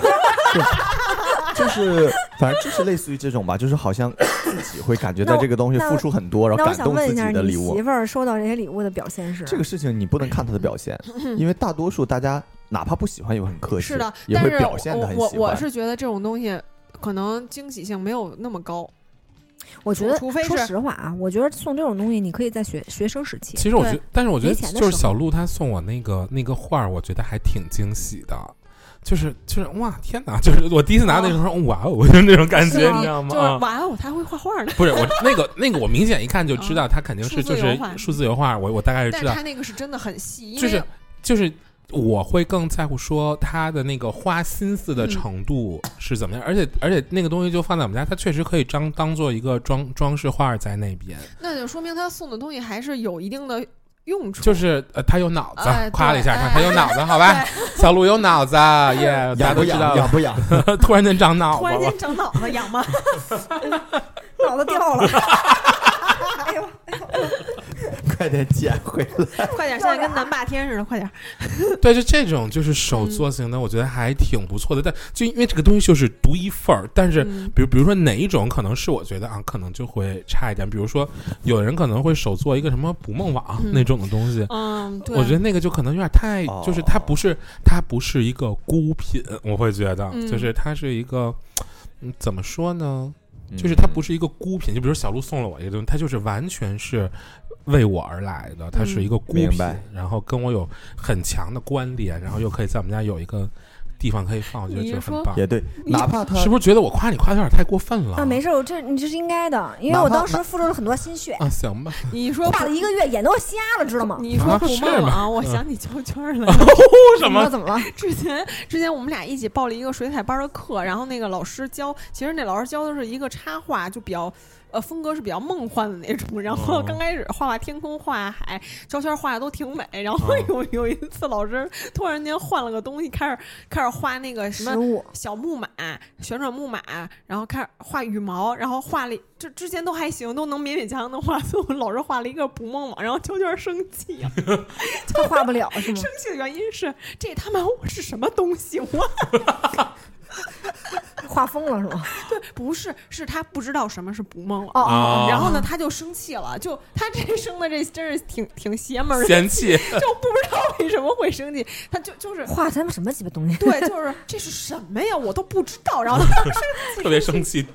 就是反正就是类似于这种吧，就是好像自己会感觉到这个东西付出很多，然后感动自己的礼物。 你媳妇儿收到这些礼物的表现是？ 这个事情你不能看她的表现，因为大多数大家哪怕不喜欢也会很客气， 是的， 也会表现的很喜欢。 我是觉得这种东西可能惊喜性没有那么高。 我觉得， 除非说实话啊，我觉得送这种东西，你可以在学生时期。 其实我觉得，但是我觉得就是小鹿他送我那个画，我觉得还挺惊喜的。就是哇天哪！就是我第一次拿那时候，哇哦，就是那种感觉，你知道吗？ 就是哇哦，他会画画呢。 不是我那个我明显一看就知道，他肯定是就是数字油画，我大概是知道。 但他那个是真的很细， 就是我会更在乎说他的那个花心思的程度是怎么样，而且那个东西就放在我们家，它确实可以当做一个装饰画在那边。 那就说明他送的东西还是有一定的用处， 就是他有脑子，夸了一下他有脑子，好吧，小鹿有脑子，耶，大家都知道痒不痒？ 突然间长脑子， 突然间长脑子痒吗？ 脑子掉了，哎呦， 快点捡回来， 快点，现在跟南霸天似的，快点。 对，就这种就是手作型的，我觉得还挺不错的。但就因为这个东西就是独一份儿，但是比如说哪一种可能是我觉得啊，可能就会差一点。比如说有人可能会手做一个什么捕梦网那种的东西， 对， 我觉得那个就可能有点太，就是它不是一个孤品，我会觉得，就是它是一个，怎么说呢？就是它不是一个孤品，就比如小鹿送了我一个东西，它就是完全是为我而来的，它是一个孤品，然后跟我有很强的关联，然后又可以在我们家有一个地方可以放，我觉得就很棒。 也对，哪怕他是不是觉得我夸你夸的有点太过分了？ 啊，没事，你这是应该的，因为我当时付出了很多心血啊。行吧， 你说画了1个月，眼都要瞎了，知道吗？ 你说捕梦网，我想起胶圈了。 什么？ 怎么了？ 之前我们俩一起报了一个水彩班的课，然后那个老师教，其实那老师教的是一个插画，就比较风格是比较梦幻的那种，然后刚开始画天空画海胶圈画的都挺美，然后有一次老师突然间换了个东西，开始画那个什么小木马旋转木马，然后开始画羽毛，然后画了之前都还行，都能勉勉强强能画，所以我老师画了一个捕梦网，然后胶圈生气啊， 他画不了是吗？ 生气的原因是这他妈是什么东西我画疯了是吗？ 对，不是，是他不知道什么是捕梦网， 然后呢他就生气了，就他这生的这真是挺邪门的， 嫌弃， 就不知道为什么会生气，他就是画他们什么鸡巴东西？ 对，就是这是什么呀，我都不知道，然后他生气， 特别生气。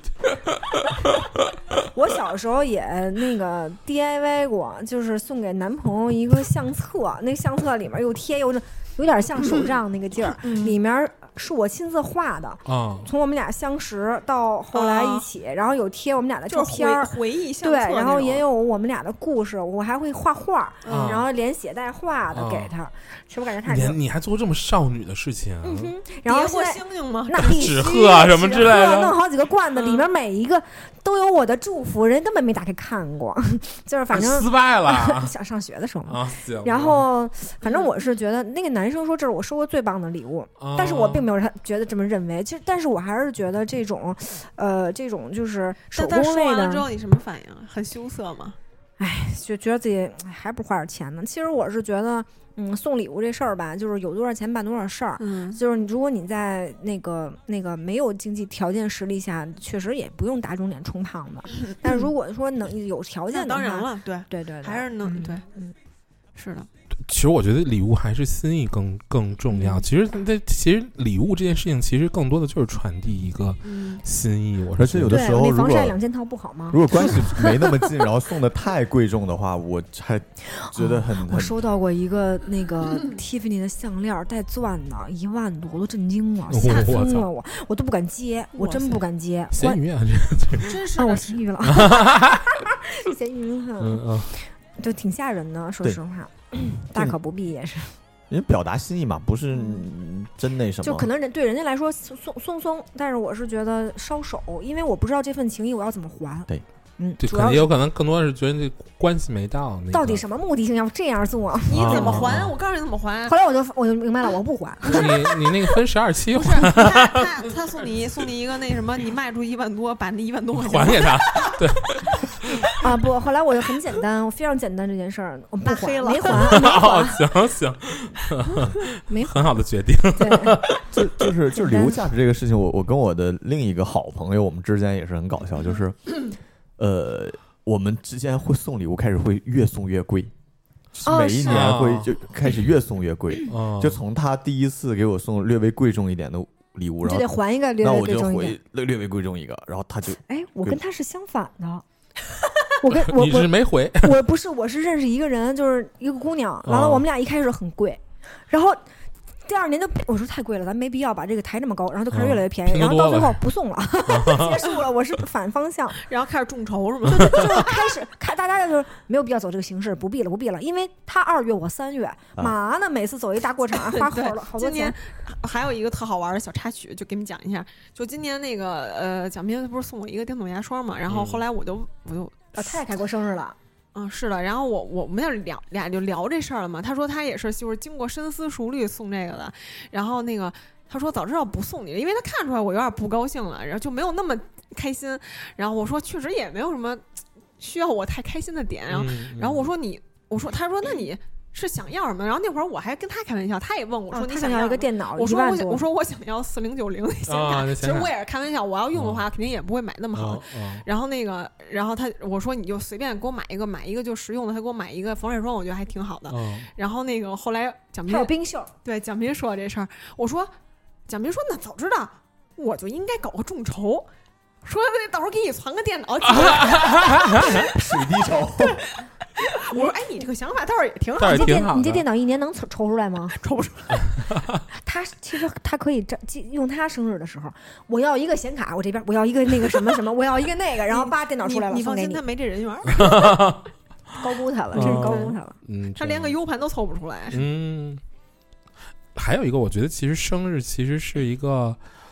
我小时候也那个 DIY 过，就是送给男朋友一个相册，那个相册里面又贴有点像手账那个劲儿，里面是我亲自画的，从我们俩相识到后来一起，然后有贴我们俩的照片， 回忆相册， 对，然后也有我们俩的故事，我还会画画，然后连写带画的给他，是不是感觉太你还做这么少女的事情？ 然后过星星吗？ 那必须纸鹤啊什么之类的， 弄好几个罐子，里面每一个都有我的祝福，人根本没打开看过，就是反正失败了。 想上学的时候嘛， 行。 然后反正我是觉得那个男生说这是我收过最棒的礼物，但是我并没有觉得这么认为。其实，但是我还是觉得这种就是手工类的。 说完了之后你什么反应？很羞涩吗？ 哎，就觉得自己还不花点钱呢。其实我是觉得，送礼物这事儿吧，就是有多少钱办多少事儿。就是如果你在那个没有经济条件实力下，确实也不用打肿脸充胖子。但如果说能有条件的话， 当然了，对，还是能对，是的。 其实我觉得礼物还是心意更重要。其实礼物这件事情，其实更多的就是传递一个心意。我说， 是有的时候， 防晒2件套不好吗？ 如果关系没那么近，然后送的太贵重的话，我还觉得很。 我收到过一个那个 Tiffany 的项链，带钻的，1万多，我都震惊了，吓疯了我都不敢接，我真不敢接。 咸鱼啊， 真是我咸鱼了，咸鱼就挺吓人的，说实话。大可不必，也是人表达心意嘛，不是真那什么。 就可能对人家来说松，但是我是觉得烧手，因为我不知道这份情谊我要怎么还。 对， 对，可能也有可能更多的是觉得这关系没到。 到底什么目的性要这样做？ 你怎么还？我告诉你怎么还。 后来我就明白了，我不还。 你那个分12期还。 他送你一个那什么，你卖出1万多，把那1万多还给他。对。 不，后来我就很简单，我非常简单这件事儿，我不还，没还。行， 没很好的决定。 对， 就是礼物价值这个事情，我跟我的另一个好朋友，我们之间也是很搞笑，就是我们之间会送礼物，开始会越送越贵，每一年会就开始越送越贵，就从他第一次给我送略微贵重一点的礼物，然后就得还一个略微贵重一点， 那我就回略微贵重一个，然后他就我跟他是相反的。 你是没回， 我是认识一个人，就是一个姑娘，完了我们俩一开始很贵，然后第2年就我说太贵了，咱没必要把这个抬这么高，然后就开始越来越便宜，然后到最后不送了，结束了，我是反方向， 然后开始众筹是吗？ 对，就开始看大家就是没有必要走这个形式，不必了，因为他2月我3月，嘛呢？每次走一大过场花好多钱。 还有一个特好玩的小插曲，就给你们讲一下，就今年那个蒋斌不是送我一个电动牙刷嘛，然后后来我就他也开过生日了。 是的，然后我们俩就聊这事儿了嘛。他说他也是就是经过深思熟虑送这个的，然后那个他说早知道不送你，因为他看出来我有点不高兴了，然后就没有那么开心。然后我说确实也没有什么需要我太开心的点，然后我说他说那你是想要什么？然后那会儿我还跟他开玩笑，他也问我说：“你想要一个电脑？” 我说我想要4090的显卡。其实我也是开玩笑，我要用的话肯定也不会买那么好。然后我说你就随便给我买一个就实用的，他给我买一个防晒霜，我觉得还挺好的。然后那个后来蒋斌还有冰袖， 对蒋斌说这事儿，我说蒋斌说那早知道我就应该搞个众筹，说到时候给你攒个电脑， 水滴筹。 我说你这个想法倒是也挺好。 你这电脑1年能抽出来吗？ 抽不出来。 其实他可以用他生日的时候，我要一个显卡，我这边我要一个那个什么什么，我要一个那个，然后把电脑出来了， 你放心，他没这人缘。 高估他了，真是高估他了。 他连个 U 盘都凑不出来。 还有一个，我觉得其实生日其实是一个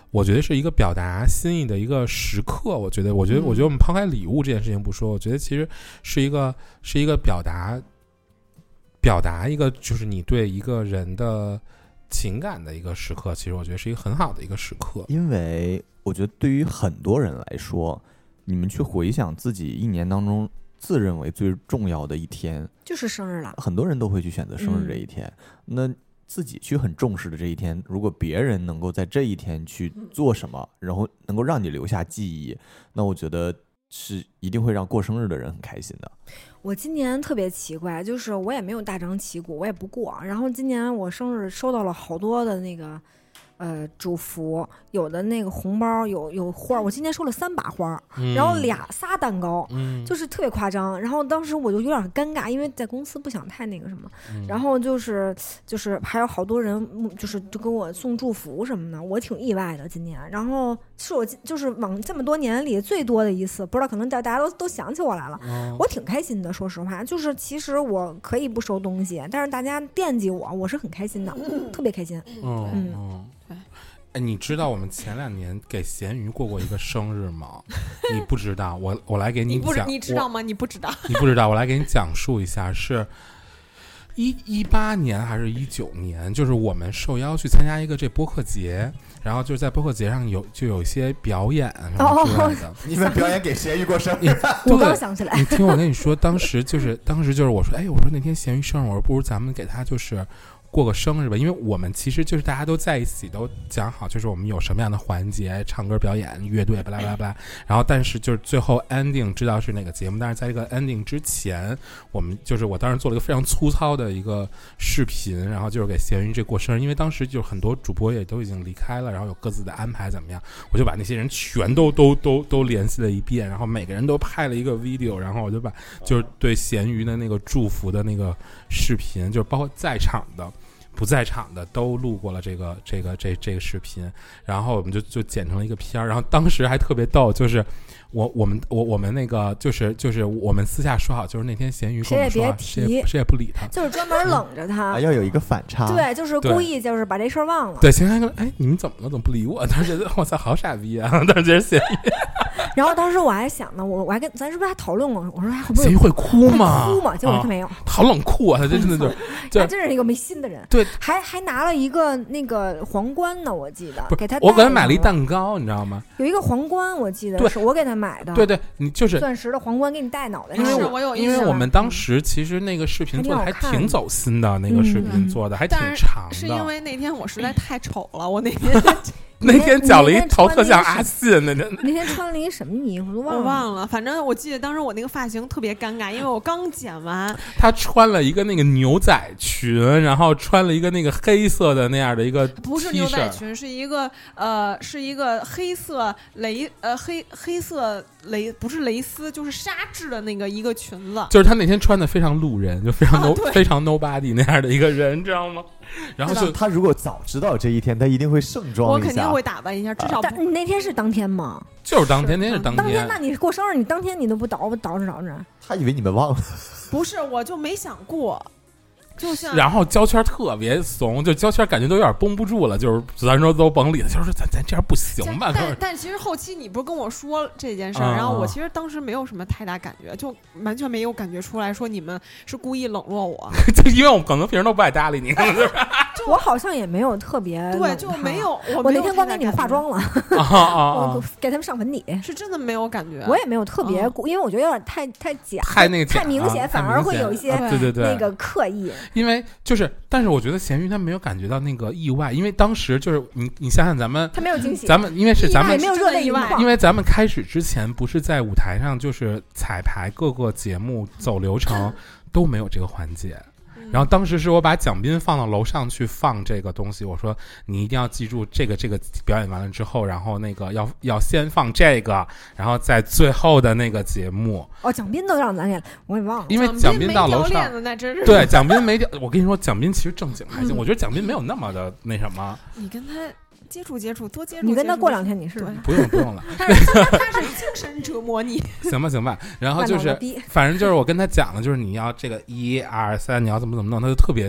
我觉得是一个表达心意的一个时刻。我觉得我们抛开礼物这件事情不说，我觉得其实是一个表达一个就是你对一个人的情感的一个时刻。其实我觉得是一个很好的一个时刻， 因为我觉得对于很多人来说，你们去回想自己一年当中自认为最重要的一天， 就是生日了。 很多人都会去选择生日这一天。那自己去很重视的这一天，如果别人能够在这一天去做什么，然后能够让你留下记忆，那我觉得是一定会让过生日的人很开心的。 我今年特别奇怪，就是我也没有大张旗鼓，我也不过。然后今年我生日收到了好多的那个祝福，有的那个红包，有花，我今年收了3把花，然后仨蛋糕，就是特别夸张。然后当时我就有点尴尬，因为在公司不想太那个什么，然后就是还有好多人就跟我送祝福什么的，我挺意外的今年。然后是我就是往这么多年里最多的一次，不知道可能大家都想起我来了，我挺开心的。说实话，就是其实我可以不收东西，但是大家惦记我是很开心的，特别开心。 哎，你知道我们前2年给咸鱼过过一个生日吗？你不知道，我来给你讲。 你知道吗？你不知道， 你不知道，我来给你讲述一下，是18年还是19年？就是我们受邀去参加一个这播客节，然后就是在播客节上就有一些表演什么之类的。 你们表演给咸鱼过生日？ 我刚想起来。 你听我跟你说，当时就是我说，我说那天咸鱼生日，我说不如咱们给他就是过个生日吧，因为我们其实就是大家都在一起，都讲好就是我们有什么样的环节，唱歌表演乐队巴拉巴拉巴拉，然后但是就是最后 ending 知道是哪个节目，但是在这个 ending 之前，我们就是我当时做了一个非常粗糙的一个视频，然后就是给咸鱼这过生日，因为当时就很多主播也都已经离开了，然后有各自的安排怎么样，我就把那些人全都联系了一遍，然后每个人都拍了一个 video， 然后我就把就是对咸鱼的那个祝福的那个视频，就是包括在场的不在场的都录过了这个视频，然后我们就剪成了一个片儿，然后当时还特别逗，就是我们那个就是我们私下说好，就是那天咸鱼跟我们说谁也不理他， 就是专门冷着他， 要有一个反差， 对，就是故意就是把这事儿忘了。 对，咸鱼说哎你们怎么了，怎么不理我？当时觉得我操好傻逼啊，当时觉得咸鱼。 然后当时我还想呢，我还跟咱是不是还讨论过？我说还会不会咸鱼会哭吗？ 结果他没有， 好冷酷啊！他真的他真是一个没心的人。 对， 还拿了一个那个皇冠呢，我记得给他。 我给他买了一蛋糕，你知道吗？ 有一个皇冠，我记得是我给他买的。 对，你就是钻石的皇冠给你戴脑袋上。 因为我们当时其实那个视频做的还挺走心的，那个视频做的还挺长的。 是因为那天我实在太丑了，我那天绞了一头特像阿信那天穿了一什么衣服都忘了，反正我记得当时我那个发型特别尴尬，因为我刚剪完。 他穿了一个那个牛仔裙，然后穿了一个那个黑色的那样的一个 T 恤， 不是牛仔裙，是一个黑色黑色不是蕾丝，就是纱质的那个一个裙子。 就是他那天穿的非常路人，就非常 nobody 那样的一个人，你知道吗？然后就他如果早知道这一天，他一定会盛装一下， 我肯定会打扮一下，至少。 你那天是当天吗？ 就是当天，那是当天。 那你过生日，你当天你都不捯饬？ 他以为你们忘了。 不是，我就没想过。就像然后胶圈特别怂，就胶圈感觉都有点绷不住了，就是咱说都甭理了，就是说咱这样不行吧。 但其实后期你不是跟我说这件事儿，然后我其实当时没有什么太大感觉，就完全没有感觉出来说你们是故意冷落我， 就因为我们可能平时都不爱搭理你。 我好像也没有特别对，就没有。 我那天光给你们化妆了，我给他们上粉底， 是真的没有感觉。 我也没有特别，因为我觉得有点太假，太明显，反而会有一些对那个刻意。 因为就是，但是我觉得咸鱼他没有感觉到那个意外，因为当时就是你想想咱们， 他没有惊喜， 咱们因为是咱们没有热泪盈眶， 因为咱们开始之前不是在舞台上就是彩排各个节目走流程都没有这个环节。然后当时是我把蒋斌放到楼上去放这个东西，我说你一定要记住这个表演完了之后，然后那个要先放这个，然后在最后的那个节目。 蒋斌都让咱给我也忘了， 因为蒋斌到楼上， 那真是对蒋斌没掉。我跟你说，蒋斌其实正经还行，我觉得蒋斌没有那么的那什么。 你跟他接触多接触， 你跟他过2天，你是不用了。 他是精神折磨你， 行吧。然后就是，反正就是我跟他讲了，就是你要这个1、2、3，你要怎么弄，他就特别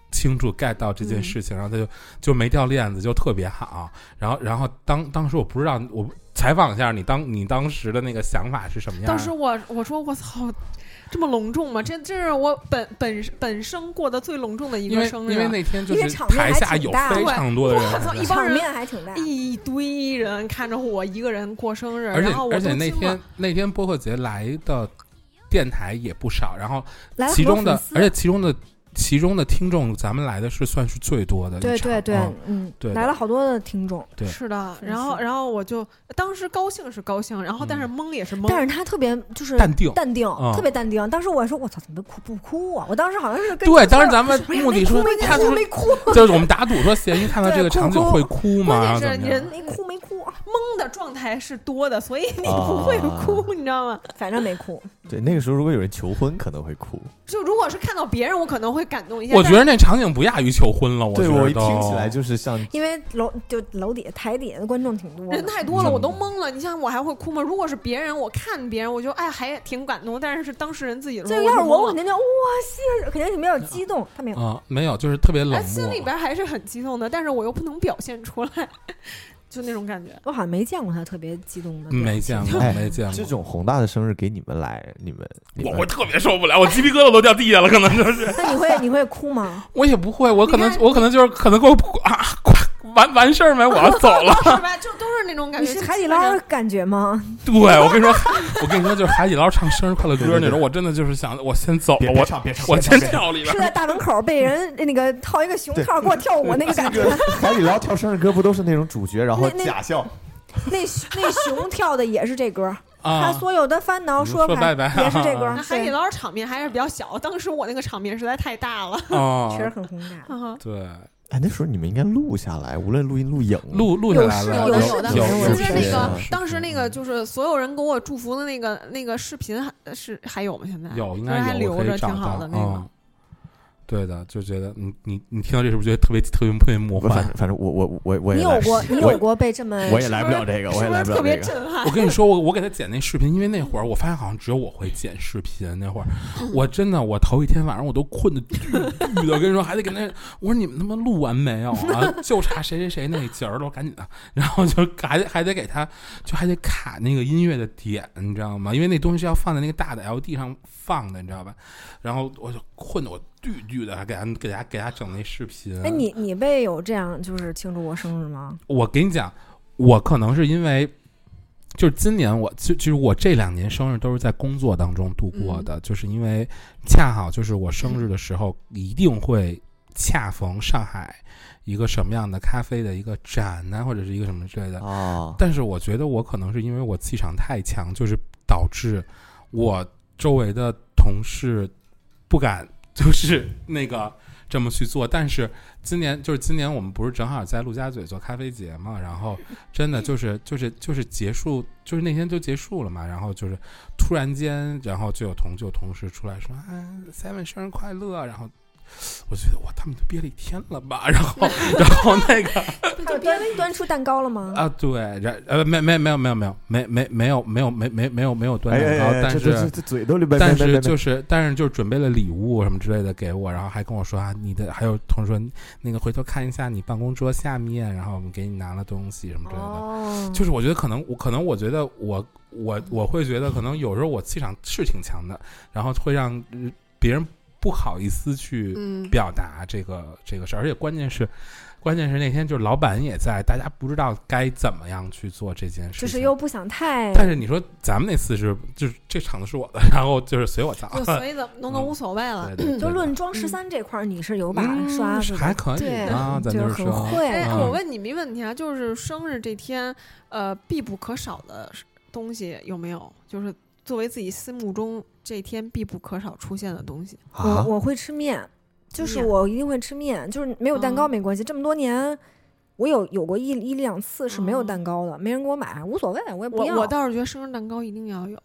清楚 get 到这件事情，然后他就没掉链子，就特别好。然后当时我不知道，我采访一下你当时的那个想法是什么样？ 当时我说我操，这么隆重吗？这是我本生过得最隆重的一个生日， 因为那天就是台下有非常多的人， 我操，一帮人面还挺大， 一堆人看着我一个人过生日， 而且那天播客节来的电台也不少，然后其中的听众，咱们来的是算是最多的。 对， 对， 来了好多的听众。 对， 是的。然后我就当时高兴是高兴，然后但是懵也是懵。 但是他特别就是淡定， 特别淡定。当时我说我操，怎么不哭啊？我当时好像是对，当时咱们目的说他没哭， 就是我们打赌说咸鱼看到这个场景会哭吗？ 关键是人没哭，懵的状态是多的，所以你不会哭，你知道吗？ 反正没哭。 对，那个时候如果有人求婚，可能会哭。 就如果是看到别人，我可能会感动一下。 我觉得那场景不亚于求婚了。 我一听起来就是像， 因为楼底下台底下的观众挺多， 人太多了，我都懵了。你想我还会哭吗？如果是别人，我看别人，我就还挺感动。但是当事人自己的时候， 这要是我肯定就哇谢，肯定比较激动。他没有没有，就是特别冷漠， 心里边还是很激动的，但是我又不能表现出来。就那种感觉， 我好像没见过他特别激动的。 没见过。 这种宏大的生日给你们来， 我会特别受不了，我鸡皮疙瘩都掉地下了，可能就是。 那你会哭吗？ 我也不会，我可能就是可能给我完事儿没，我要走了， 是吧？就都是那种感觉。 你是海底捞感觉吗？ 对，我跟你说，就是海底捞唱生日快乐歌那种，我真的就是想，我先走了，我先跳里边。 是在大门口被人那个套一个熊套给我跳舞那个感觉。 海底捞跳生日歌不都是那种主角然后假笑？ 那熊跳的也是这歌。他所有的烦恼说拜拜也是这歌。 海底捞场面还是比较小，当时我那个场面实在太大了， 确实很宏大。 对。 那时候你们应该录下来，无论录音录影录下来了， 有的。就是那个当时那个就是所有人给我祝福的那个视频还有吗？现在有，应该还留着，挺好的那个。 对的，就觉得你听到这是不是觉得特别魔幻？ 反正我也你有过被这么我也来不了这个，我也来不了这个。 特别震撼。 我跟你说，我给他剪那视频，因为那会儿我发现好像只有我会剪视频。那会儿我真的头一天晚上我都困得巨的，我跟你说还得给那我说你们他妈录完没有啊？就差谁那节儿了，赶紧的。然后就还得给他就还得卡那个音乐的点，你知道吗？因为那东西是要放在那个大的 LD 上放的，你知道吧？然后我就困得我巨的，还给他整那视频。 哎，你被有这样就是庆祝过生日吗？ 我跟你讲，我可能是因为就是今年就是我这2年生日都是在工作当中度过的，就是因为恰好就是我生日的时候一定会恰逢上海一个什么样的咖啡的一个展呢，或者是一个什么之类的。但是我觉得我可能是因为我气场太强，就是导致我周围的同事不敢就是那个这么去做。但是今年我们不是正好在陆家嘴做咖啡节嘛，然后真的就是结束，就是那天就结束了嘛，然后就是突然间，然后就有同事出来说，Simon 生日快乐，然后我觉得哇，他们都憋了1天了吧？然后那个端出蛋糕了吗？ 啊，对，没有端蛋糕，但是这嘴都但是就准备了礼物什么之类的给我，然后还跟我说你的，还有同事说那个回头看一下你办公桌下面，然后我们给你拿了东西什么之类的。就是我觉得可能我觉得我会觉得可能有时候我气场是挺强的，然后会让别人不好意思去表达这个事儿，而且关键是那天就是老板也在，大家不知道该怎么样去做这件事情， 就是又不想太。 但是你说咱们那次就是这场子是我的，然后就是随我造， 就随的都无所谓了。 就论装13这块，你是有把刷子的， 还可以啊，咱就是很会。 我问你们一个问题啊，就是生日这天，必不可少的东西有没有？就是作为自己心目中这天必不可少出现的东西。 我会吃面。就是我一定会吃面，就是没有蛋糕没关系。这么多年，我有过一2次是没有蛋糕的，没人给我买，无所谓，我也不要。 我倒是觉得生日蛋糕一定要有。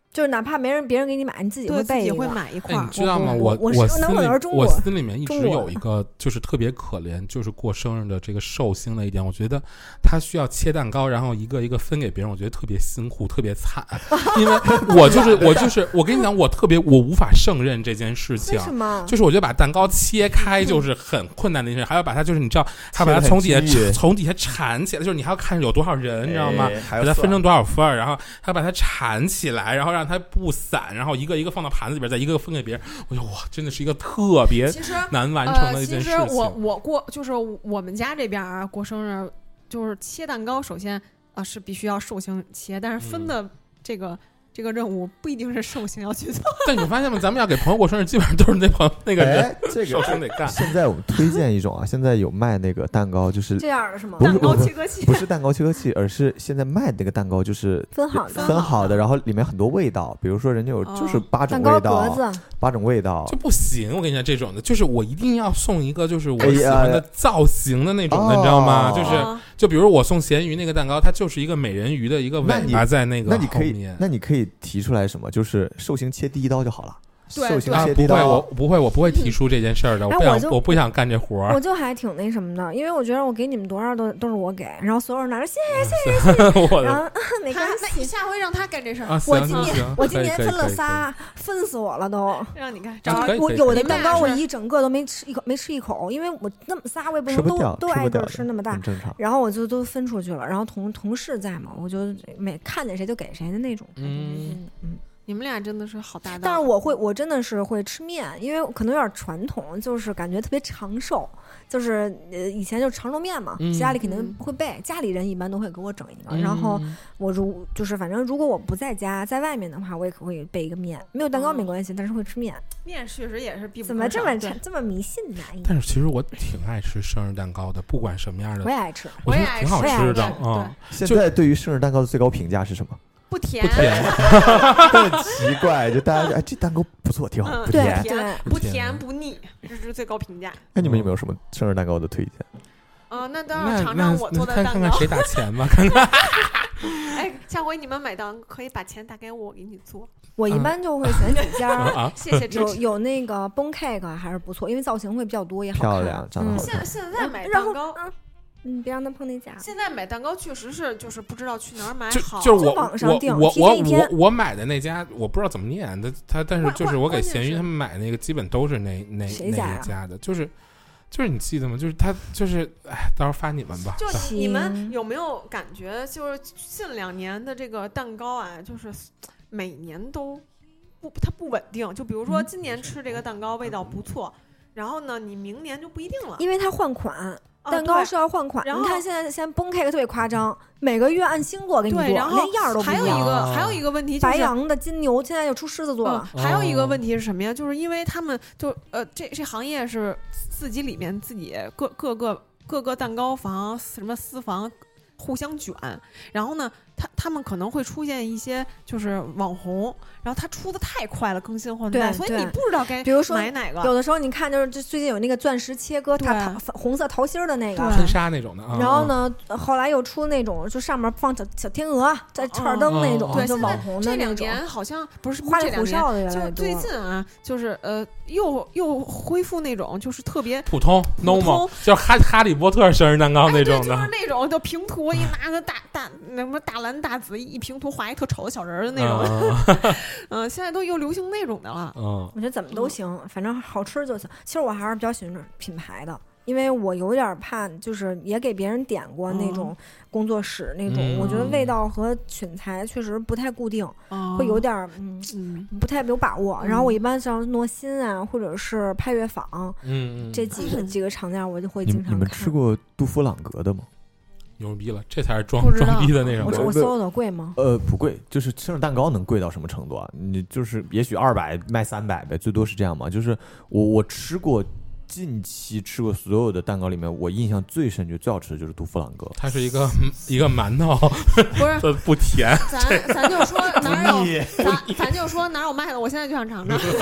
就是哪怕别人给你买，你自己会备一个， 自己会买一块你知道吗？ 我心里面一直有一个就是特别可怜，就是过生日的这个寿星的一点，我觉得他需要切蛋糕，然后一个一个分给别人，我觉得特别辛苦，特别惨。因为我跟你讲，我无法胜任这件事情。 为什么？ 就是我觉得把蛋糕切开就是很困难的一件事，还要把它就是你知道，还把它从底下缠起来，就是你还要看有多少人，你知道吗？把它分成多少份，然后还把它缠起来，然后让它不散，然后一个一个放到盘子里边，再一个分给别人。我觉得哇，真的是一个特别难完成的一件事情。 其实我过就是我们家这边啊，过生日就是切蛋糕，首先是必须要寿星切，但是分的这个任务不一定是寿星要去做。 但你发现吗？咱们要给朋友过生日，基本上都是那个人这个寿星得干。 现在我们推荐一种啊，现在有卖那个蛋糕，就是这样的是吗？ 蛋糕切割器， 不是蛋糕切割器，而是现在卖的那个蛋糕就是分好的， 然后里面很多味道，比如说人家有就是8种味道，8种味道就不行。我跟你讲，这种的就是我一定要送一个就是我喜欢的造型的那种的，你知道吗？就比如我送咸鱼那个蛋糕，它就是一个美人鱼的一个尾巴在那个后面。 那你可以提出来什么？就是寿星切第一刀就好了。 对， 不会，我不会提出这件事儿的。我不想干这活儿。 我就还挺那什么的，因为我觉得我给你们多少都是我给，然后所有人拿着谢谢，然后没关系。 那你下回让他干这事儿。 我今年分了仨，分死我了都。 让你看， 我有的蛋糕我一整个都没吃一口，因为我那么仨我也不能都挨个吃那么大，然后我就都分出去了。然后同事在嘛，我就看见谁就给谁的那种。 你们俩真的是好搭档。 但是我真的是会吃面，因为可能有点传统，就是感觉特别长寿。就是以前就长寿面嘛，家里肯定会备，家里人一般都会给我整一个。然后我就是反正如果我不在家，在外面的话，我也会备一个面，没有蛋糕没关系，但是会吃面。 面确实也是必不可少。 怎么这么迷信呢？ 但是其实我挺爱吃生日蛋糕的，不管什么样的， 我也爱吃， 我觉得挺好吃的啊。现在对于生日蛋糕的最高评价是什么？ 不甜， 很奇怪，就大家这蛋糕不错，挺好，不甜， 不甜不腻，这是最高评价。 那你们有没有什么生日蛋糕的推荐？ 那当然尝尝我做的蛋糕， 看看谁打钱吧，看看。 哎，下回你们买蛋可以把钱打给我给你做。 我一般就会选几家， 谢谢支持。 有那个崩 cake 还是不错，因为造型会比较多，也好看， 漂亮，长得好看。 现在买蛋糕。 别让他碰那家。 现在买蛋糕确实是就是不知道去哪儿买好， 就是网上订， 我买的那家我不知道怎么念的，但是就是我给咸鱼他们买那个基本都是那一家的，就是你记得吗？就是他就是到时候发你们吧。 就你们有没有感觉，就是近2年的这个蛋糕啊，就是每年都它不稳定。就比如说今年吃这个蛋糕味道不错，然后呢你明年就不一定了， 因为它换款。蛋糕是要换款，你看现在崩 cake 特别夸张，每个月按星座给你做，连样都不一样。 还有一个问题就是白羊的金牛现在又出狮子座了。 还有一个问题是什么呀？就是因为他们就这行业是自己里面自己各个蛋糕房什么私房互相卷，然后呢他们可能会出现一些就是网红，然后他出的太快了，更新换代，所以你不知道该买哪个。 有的时候你看就是最近有那个钻石切割红色桃心的那个喷砂那种的， 然后呢后来又出那种就上面放小天鹅在串灯那种，就网红的那种。 这2年好像不是花里胡哨的越来越多， 就是最近啊，就是又恢复那种就是特别普通 normal， 就是哈利波特生日蛋糕那种的， 就是那种就平涂一拿个大什么大蓝大紫一平涂画一特丑的小人的那种，现在都又流行那种的了。 我觉得怎么都行，反正好吃就行。其实我还是比较喜欢品牌的，因为我有点怕，就是也给别人点过那种工作室那种，我觉得味道和选材确实不太固定，会有点不太有把握。然后我一般像诺心啊，或者是派乐坊，这几个厂家我就会经常看。 你们吃过杜夫朗格的吗？ 牛逼了，这才是装逼的那种。 我搜的贵吗？ 不贵，就是生日蛋糕能贵到什么程度啊？你就是也许200卖300呗，最多是这样嘛。就是我吃过。近期吃过所有的蛋糕里面，我印象最深、最好吃的就是杜夫朗格。 它是一个馒头， 不是不甜。 咱就说哪有，咱就说哪有卖的，我现在就想尝尝。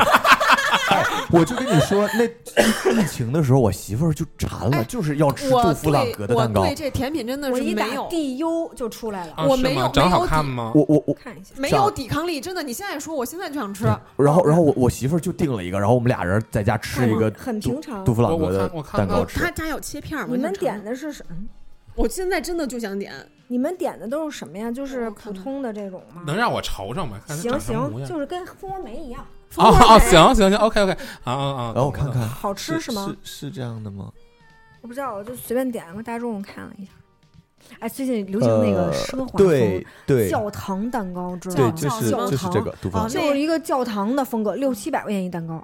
我就跟你说，那疫情的时候，我媳妇儿就馋了，就是要吃杜夫朗格的蛋糕。 我对这甜品真的是没有， 我一打 DU 就出来了。 我没有， 长好看吗？ 我看一下， 没有抵抗力，真的。你现在说，我现在就想吃。 然后我媳妇儿就订了一个，然后我们俩人在家吃一个很平常杜夫朗格的蛋糕吃。 他家有切片吗？ 你们点的是什么？ 我现在真的就想点。 你们点的都是什么呀？就是普通的这种吗？ 能让我瞅瞅吗？ 行，就是跟蜂窝煤一样。 行 ，OK， 然后我看看， 好吃是吗？ 是这样的吗？ 我不知道，我就随便点了个大众看了一下。哎，最近流行那个奢华风， 对， 教堂蛋糕，知道吗？ 对，就是这个杜夫朗格， 就是一个教堂的风格，600-700块钱一蛋糕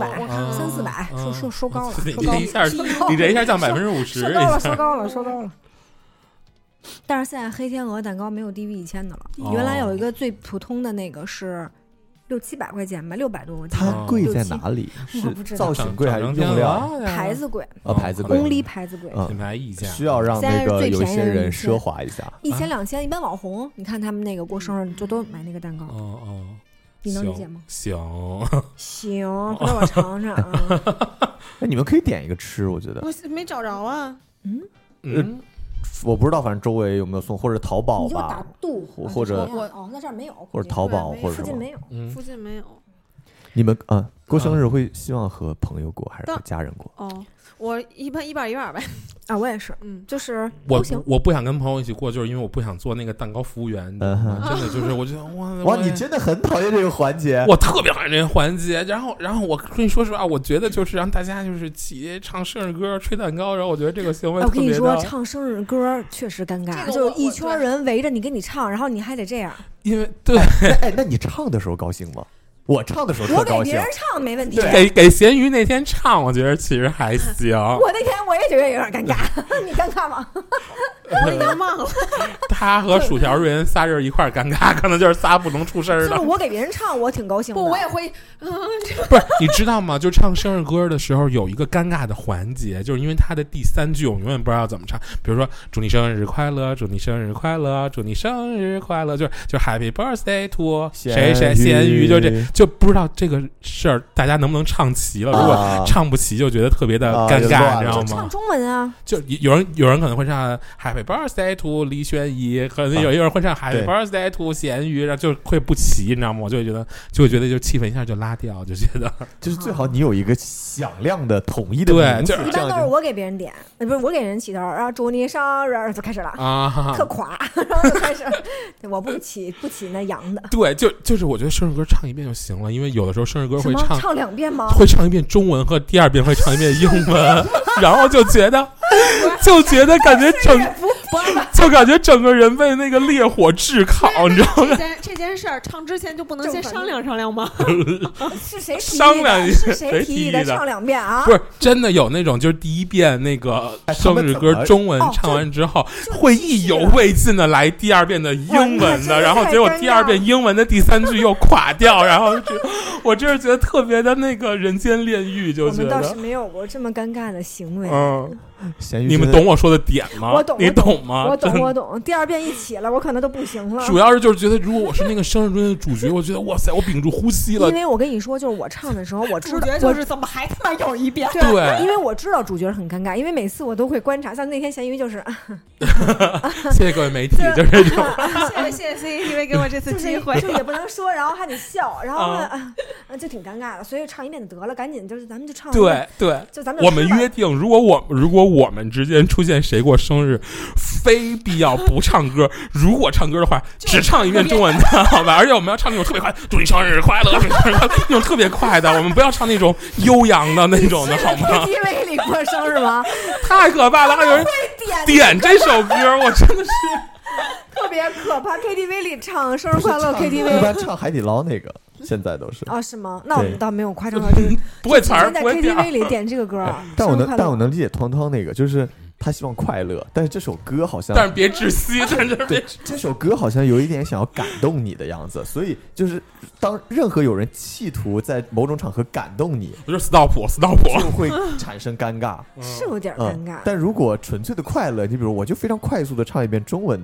，500-600、300，说高了， 你这一下降50%， 说高了。但是现在黑天鹅蛋糕没有低于1000的了，原来有一个最普通的那个是600-700块钱吧，600多。 它贵在哪里？是造型贵还是用料？ 牌子贵牌子贵， 公立牌子贵， 品牌溢价需要让那个有些人奢华一下 ，1000-2000，一般网红，你看他们那个过生日就都买那个蛋糕。你能理解吗？ 行， 回头我尝尝啊。 那你们可以点一个吃，我觉得。 我没找着啊。 我不知道，反正周围有没有送，或者淘宝吧。 你就打杜或者那这儿没有， 或者淘宝或者附近没有， 附近没有。 你们过生日会希望和朋友过还是和家人过？ 我一般一半一半呗。 我也是，就是我不想跟朋友一起过，就是因为我不想做那个蛋糕服务员，真的就是我觉得哇， 你真的很讨厌这个环节， 我特别讨厌这个环节。然后我跟你说实话，我觉得就是让大家就是起唱生日歌、吹蛋糕，然后我觉得这个行为特别的。 我跟你说，唱生日歌确实尴尬，就是一圈人围着你给你唱，然后你还得这样。 因为对， 那你唱的时候高兴吗？我唱的时候特高兴， 我给别人唱没问题。 给咸鱼那天唱，我觉得其实还行。 我那天我也觉得有点尴尬，你尴尬吗？ 我已经忘了。 他和薯条瑞恩仨人一块尴尬，可能就是仨不能出声的。 就是我给别人唱，我挺高兴的。 不，我也会。 不是，你知道吗？就唱生日歌的时候有一个尴尬的环节，就是因为他的第3句我永远不知道怎么唱。比如说祝你生日快乐，祝你生日快乐，祝你生日快乐，就是 Happy Birthday to 谁咸鱼，就这。就不知道这个事儿大家能不能唱齐了，如果唱不齐就觉得特别的尴尬，你知道吗？ 唱中文啊， 就有人可能会唱 Happy Birthday to 李轩怡，可能有人会唱 Happy Birthday to 咸鱼，然后就会不齐，你知道吗？我就会觉得就气氛一下就拉掉，就觉得就是最好你有一个响亮的统一的名字， 一般都是我给别人点，不是我给人起头，然后祝你生日就开始了特垮，然后就开始，我不起那洋的， 对，就是我觉得生日歌唱一遍就行了，因为有的时候生日歌会唱 2遍吗？ 会唱一遍中文和第2遍会唱一遍英文，然后就觉得感觉整个人被那个烈火炙烤，你知道吗？ 这件事儿唱之前就不能先商量吗？ 是谁商量？ 是谁提议的？唱2遍啊？ 不是真的有那种，就是第1遍那个生日歌中文唱完之后，会意犹未尽的来第2遍的英文的，然后结果第2遍英文的第3句又垮掉，然后我真是觉得特别的那个人间炼狱，就觉得我们倒是没有过这么尴尬的行为。 你们懂我说的点吗？ 我懂， 你懂吗？ 我懂。第2遍一起了，我可能都不行了。 主要是就是觉得，如果我是那个生日中的主角，我觉得哇塞，我屏住呼吸了。 因为我跟你说，就是我唱的时候，我知道主角就是怎么还他妈有一遍？ 对， 因为我知道主角很尴尬，因为每次我都会观察，像那天咸鱼就是。 谢谢各位媒体，就是这种。 谢谢 CCTV 给我这次机会， 就也不能说，然后还得笑，然后就挺尴尬的，所以唱1遍就得了，赶紧就是咱们就唱。 对， 就咱们我们约定，如果我们之间出现谁过生日，非必要不唱歌。如果唱歌的话，只唱1遍中文的，好吧？而且我们要唱那种特别快，祝你生日快乐，祝你生日快乐，那种特别快的，我们不要唱那种悠扬的那种的，好吗 ？KTV 里过生日吗？ 太可怕了！还有人点这首歌，我真的是特别可怕。KTV 里唱生日快乐 ，KTV 一般唱海底捞那个。现在都是是吗？那我们倒没有夸张到这个， 不会词儿， 在 KTV 里点这个歌。 但我能理解汤汤那个，就是他希望快乐，但是这首歌好像， 但是别窒息， 对，这首歌好像有一点想要感动你的样子，所以就是当任何有人企图在某种场合感动你， 我就 stop， 就会产生尴尬， 是有点尴尬。 但如果纯粹的快乐，你比如我就非常快速的唱1遍中文的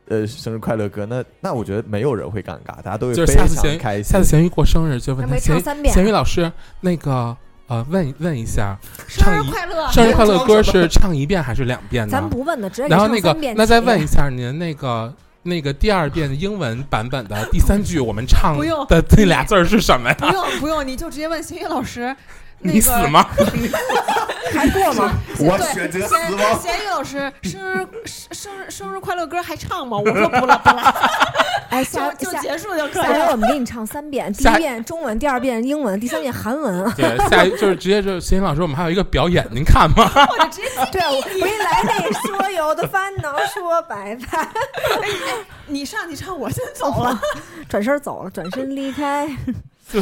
生日快乐歌，那我觉得没有人会尴尬，大家都会就非是下次常开心。 下次咸鱼过生日就问他咸鱼老师那个问一下， 生日快乐， 生日快乐歌是唱1遍还是2遍呢？ 咱不问的，直接然后那再问一下您那个第2遍英文版本的第3句我们唱的那俩字是什么呀？ 不用，你就直接问咸鱼老师。 你死吗？ 还过吗？ 我选择死亡。 咸鱼老师，生日快乐歌还唱吗？我说不了。 哎， 就结束就可以了。 下回我们给你唱3遍，第1遍中文，第2遍英文，第3遍韩文。 对，下就是直接就咸鱼老师，我们还有一个表演，您看吗？ 我就直接对，回来那所有的烦恼说拜拜。 你上去唱，我先走了， 转身走了，转身离开。 对，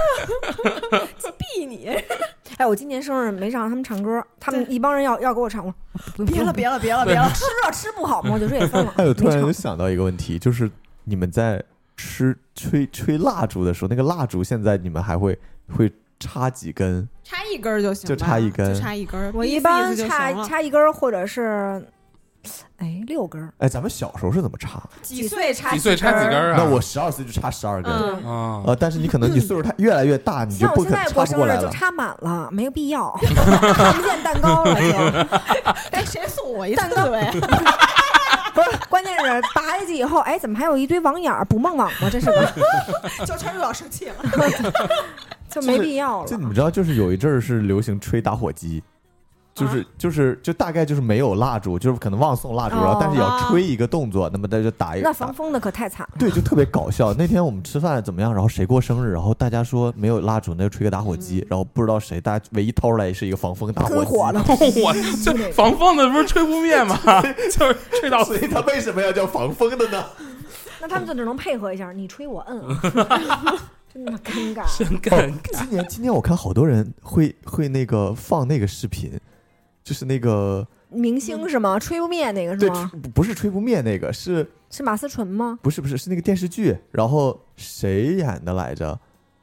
逼你！ 哎，我今年生日没让他们唱歌，他们一帮人要给我唱，我说别了，吃不好吗？我就说也疯了。 哎，我突然就想到一个问题，就是你们在吹蜡烛的时候，那个蜡烛现在你们还会插几根？ 插1根就行， 就插1根， 就插1根。 我一般插1根，或者是。6根。 哎，咱们小时候是怎么插？ 几岁插几根啊？ 那我12岁就插12根。但是你可能你岁数越来越大，你就不可能插不过来了。 就插满了，没有必要，看不见蛋糕了就。 哎，谁送我一蛋糕？不是，关键是拔下去以后，哎，怎么还有一堆网眼捕梦网吗？这是个。 就圈又要生气了， 就没必要了。 就你们知道，就是有一阵儿是流行吹打火机。就大概就是没有蜡烛，就是可能忘送蜡烛，然后但是也要吹一个动作，那么大家就打一个。 那防风的可太惨了。 对，就特别搞笑。那天我们吃饭怎么样？然后谁过生日？然后大家说没有蜡烛，那就吹个打火机。然后不知道谁，大家唯一掏出来是一个防风打火机。 火了， 我这防风的不是吹不灭吗？就是吹到所以它为什么要叫防风的呢？ 那他们就只能配合一下，你吹我摁啊。真的尴尬， 真尴尬。 今年我看好多人会那个放那个视频。就是那个明星是吗？吹不灭那个是吗？ 对，不是吹不灭那个，是马思纯吗？ 不是，是那个电视剧。然后谁演的来着？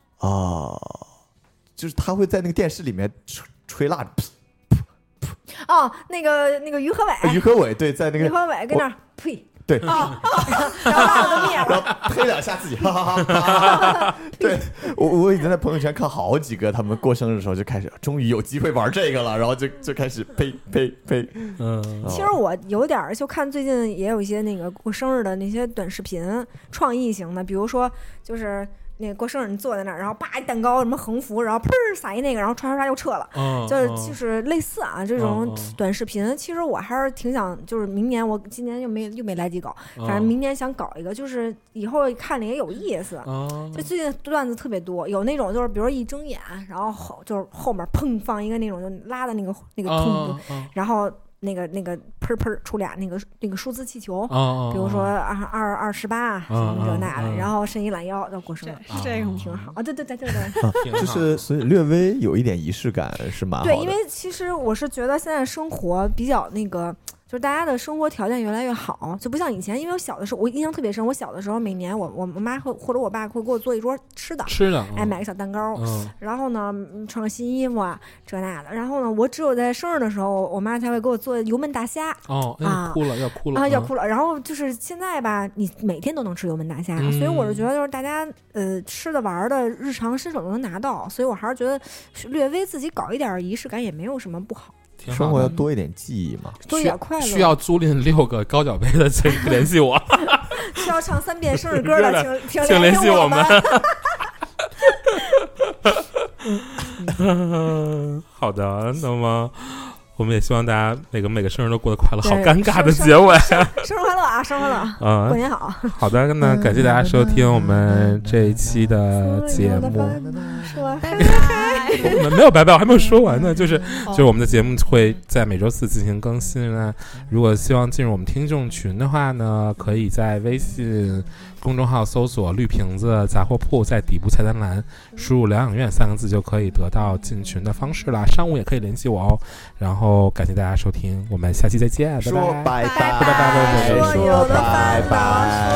就是他会在那个电视里面吹蜡烛。 哦，那个于和伟， 对，在那个于和伟跟那儿呸。 对， 然后蜡烛灭了， 然后呸2下自己，哈哈哈。对，我已经在朋友圈看好几个，他们过生日的时候就开始，终于有机会玩这个了，然后就开始呸。 其实我有点就看最近也有一些那个过生日的那些短视频，创意型的，比如说就是。那个过生日你坐在那儿，然后叭一蛋糕什么横幅，然后砰撒一那个，然后唰又撤了，就是类似啊这种短视频。其实我还是挺想，就是明年我今年又没来及搞，反正明年想搞一个，就是以后看着也有意思。就最近段子特别多，有那种就是比如一睁眼，然后就是后面砰放一个那种就拉的那个通，然后。那个砰出俩那个数字气球，比如说28什么这那的，然后伸一懒腰要过生日， 这个挺好啊！对， 就是所以略微有一点仪式感是蛮好的。 对，因为其实我是觉得现在生活比较那个。就是大家的生活条件越来越好，就不像以前。因为我小的时候，我印象特别深。我小的时候，每年我妈或者我爸会给我做一桌吃的，哎，买个小蛋糕，然后呢，穿个新衣服啊，这那的。然后呢，我只有在生日的时候，我妈才会给我做油焖大虾。 要哭了。 然后就是现在吧，你每天都能吃油焖大虾，所以我是觉得就是大家吃的玩的日常伸手都能拿到，所以我还是觉得略微自己搞一点仪式感也没有什么不好。 生活要多一点记忆嘛， 多一点快乐。 需要租赁6个高脚杯的，请联系我。 需要唱3遍生日歌的，请联系我们。好的，那么我们也希望大家每个生日都过得快乐。好尴尬的结尾。 生日快乐啊！生日快乐！过年好。 好的，那感谢大家收听我们这一期的节目。 说拜拜。 我们没有拜拜，我还没有说完呢。就是我们的节目会在每周4进行更新呢。如果希望进入我们听众群的话呢，可以在微信公众号搜索绿瓶子杂货铺，在底部菜单栏输入疗养院3个字就可以得到进群的方式啦。商务也可以联系我哦。然后感谢大家收听，我们下期再见，拜拜， 说拜拜， 说拜拜。